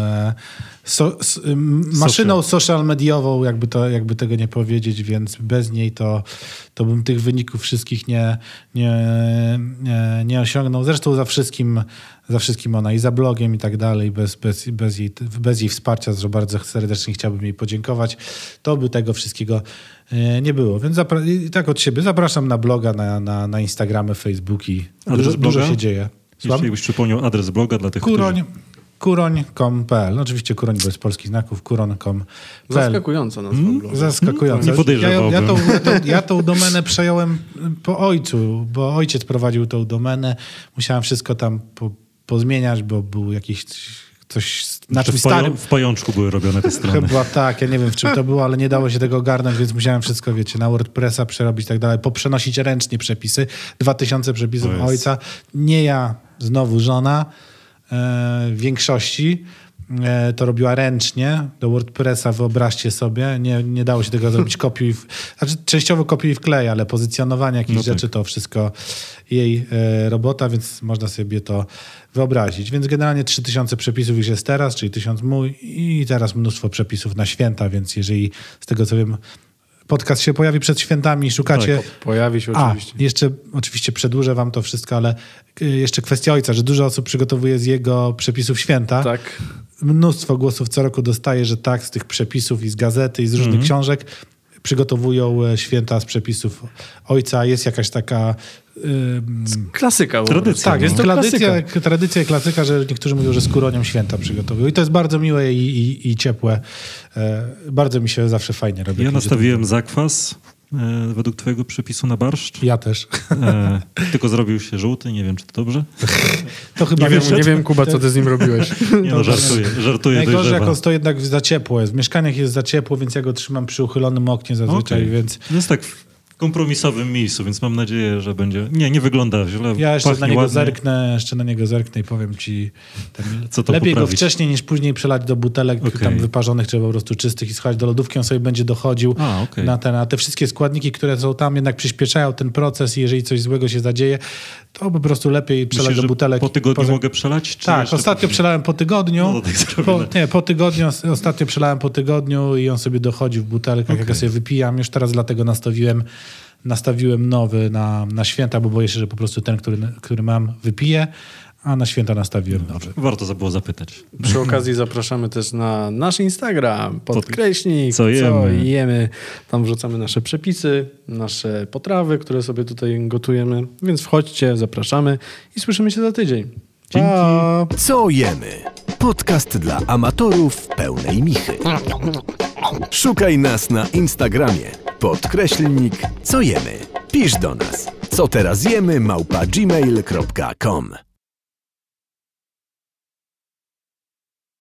maszyną social mediową, jakby tego nie powiedzieć, więc bez niej to bym tych wyników wszystkich nie osiągnął. Zresztą za wszystkim ona i za blogiem i tak dalej, bez jej wsparcia, zresztą bardzo serdecznie chciałbym jej podziękować. To by tego wszystkiego nie było. Więc tak od siebie zapraszam na bloga, na Instagramy, Facebooki. Dużo się dzieje. Jeśli byś przypomniał adres bloga dla tych, Kuroń.com.pl. Oczywiście Kuroń bez polskich znaków, kuroń.com.pl. Zaskakująca nazwa bloga. Zaskakująca. Nie podejrzewałbym. Ja tą domenę przejąłem po ojcu, bo ojciec prowadził tą domenę. Musiałem wszystko tam pozmieniać, bo był jakiś coś na czymś starym. W pajączku były robione te strony. Chyba tak, ja nie wiem w czym to było, ale nie dało się tego ogarnąć, więc musiałem wszystko, na WordPressa przerobić i tak dalej, poprzenosić ręcznie przepisy. 2000 przepisów ojca. Nie ja, znowu żona. W większości to robiła ręcznie do WordPressa, wyobraźcie sobie. Nie dało się tego zrobić częściowo kopiuj i wklej, ale pozycjonowanie jakichś rzeczy to wszystko jej robota, więc można sobie to wyobrazić. Więc generalnie 3000 przepisów już jest teraz, czyli 1000 mój i teraz mnóstwo przepisów na święta, więc jeżeli z tego co wiem podcast się pojawi przed świętami, szukacie... Tak, pojawi się oczywiście. Jeszcze oczywiście przedłużę wam to wszystko, ale jeszcze kwestia ojca, że dużo osób przygotowuje z jego przepisów święta. Tak. Mnóstwo głosów co roku dostaje, że tak, z tych przepisów i z gazety i z różnych książek przygotowują święta z przepisów ojca. Jest jakaś taka... klasyka. Tradycja. Tak, jest to tradycja i klasyka, że niektórzy mówią, że z Kuronią święta przygotowują. I to jest bardzo miłe i ciepłe. Bardzo mi się zawsze fajnie robi. Ja nastawiłem zakwas według twojego przepisu na barszcz. Ja też. Tylko zrobił się żółty, nie wiem, czy to dobrze. To chyba nie wiem, Kuba, co ty z nim robiłeś. Nie no, żartuję. Najgorzej, jak on to jednak za ciepło jest. W mieszkaniach jest za ciepło, więc ja go trzymam przy uchylonym oknie zazwyczaj, więc... Jest tak w kompromisowym miejscu, więc mam nadzieję, że będzie... Nie wygląda źle. Ja jeszcze na niego zerknę i powiem ci... Co to lepiej poprawić? go wcześniej niż później przelać do butelek tam wyparzonych, czy po prostu czystych i schować do lodówki, on sobie będzie dochodził na te wszystkie składniki, które są tam, jednak przyspieszają ten proces i jeżeli coś złego się zadzieje, to po prostu lepiej przelać do butelek. Po tygodniu mogę przelać? Czy tak, ostatnio przelałem po tygodniu. Ostatnio przelałem po tygodniu i on sobie dochodzi w butelkach, jak ja sobie wypijam. Już teraz dlatego nastawiłem nowy na święta, bo boję się, że po prostu ten, który mam, wypije, a na święta nastawiłem nowy. Warto było zapytać. Przy okazji zapraszamy też na nasz Instagram, podkreśnik, co jemy. Tam wrzucamy nasze przepisy, nasze potrawy, które sobie tutaj gotujemy, więc wchodźcie, zapraszamy i słyszymy się za tydzień. Dzięki. Pa! Co jemy? Podcast dla amatorów pełnej michy. Szukaj nas na Instagramie. _co jemy. Pisz do nas. Co teraz jemy @gmail.com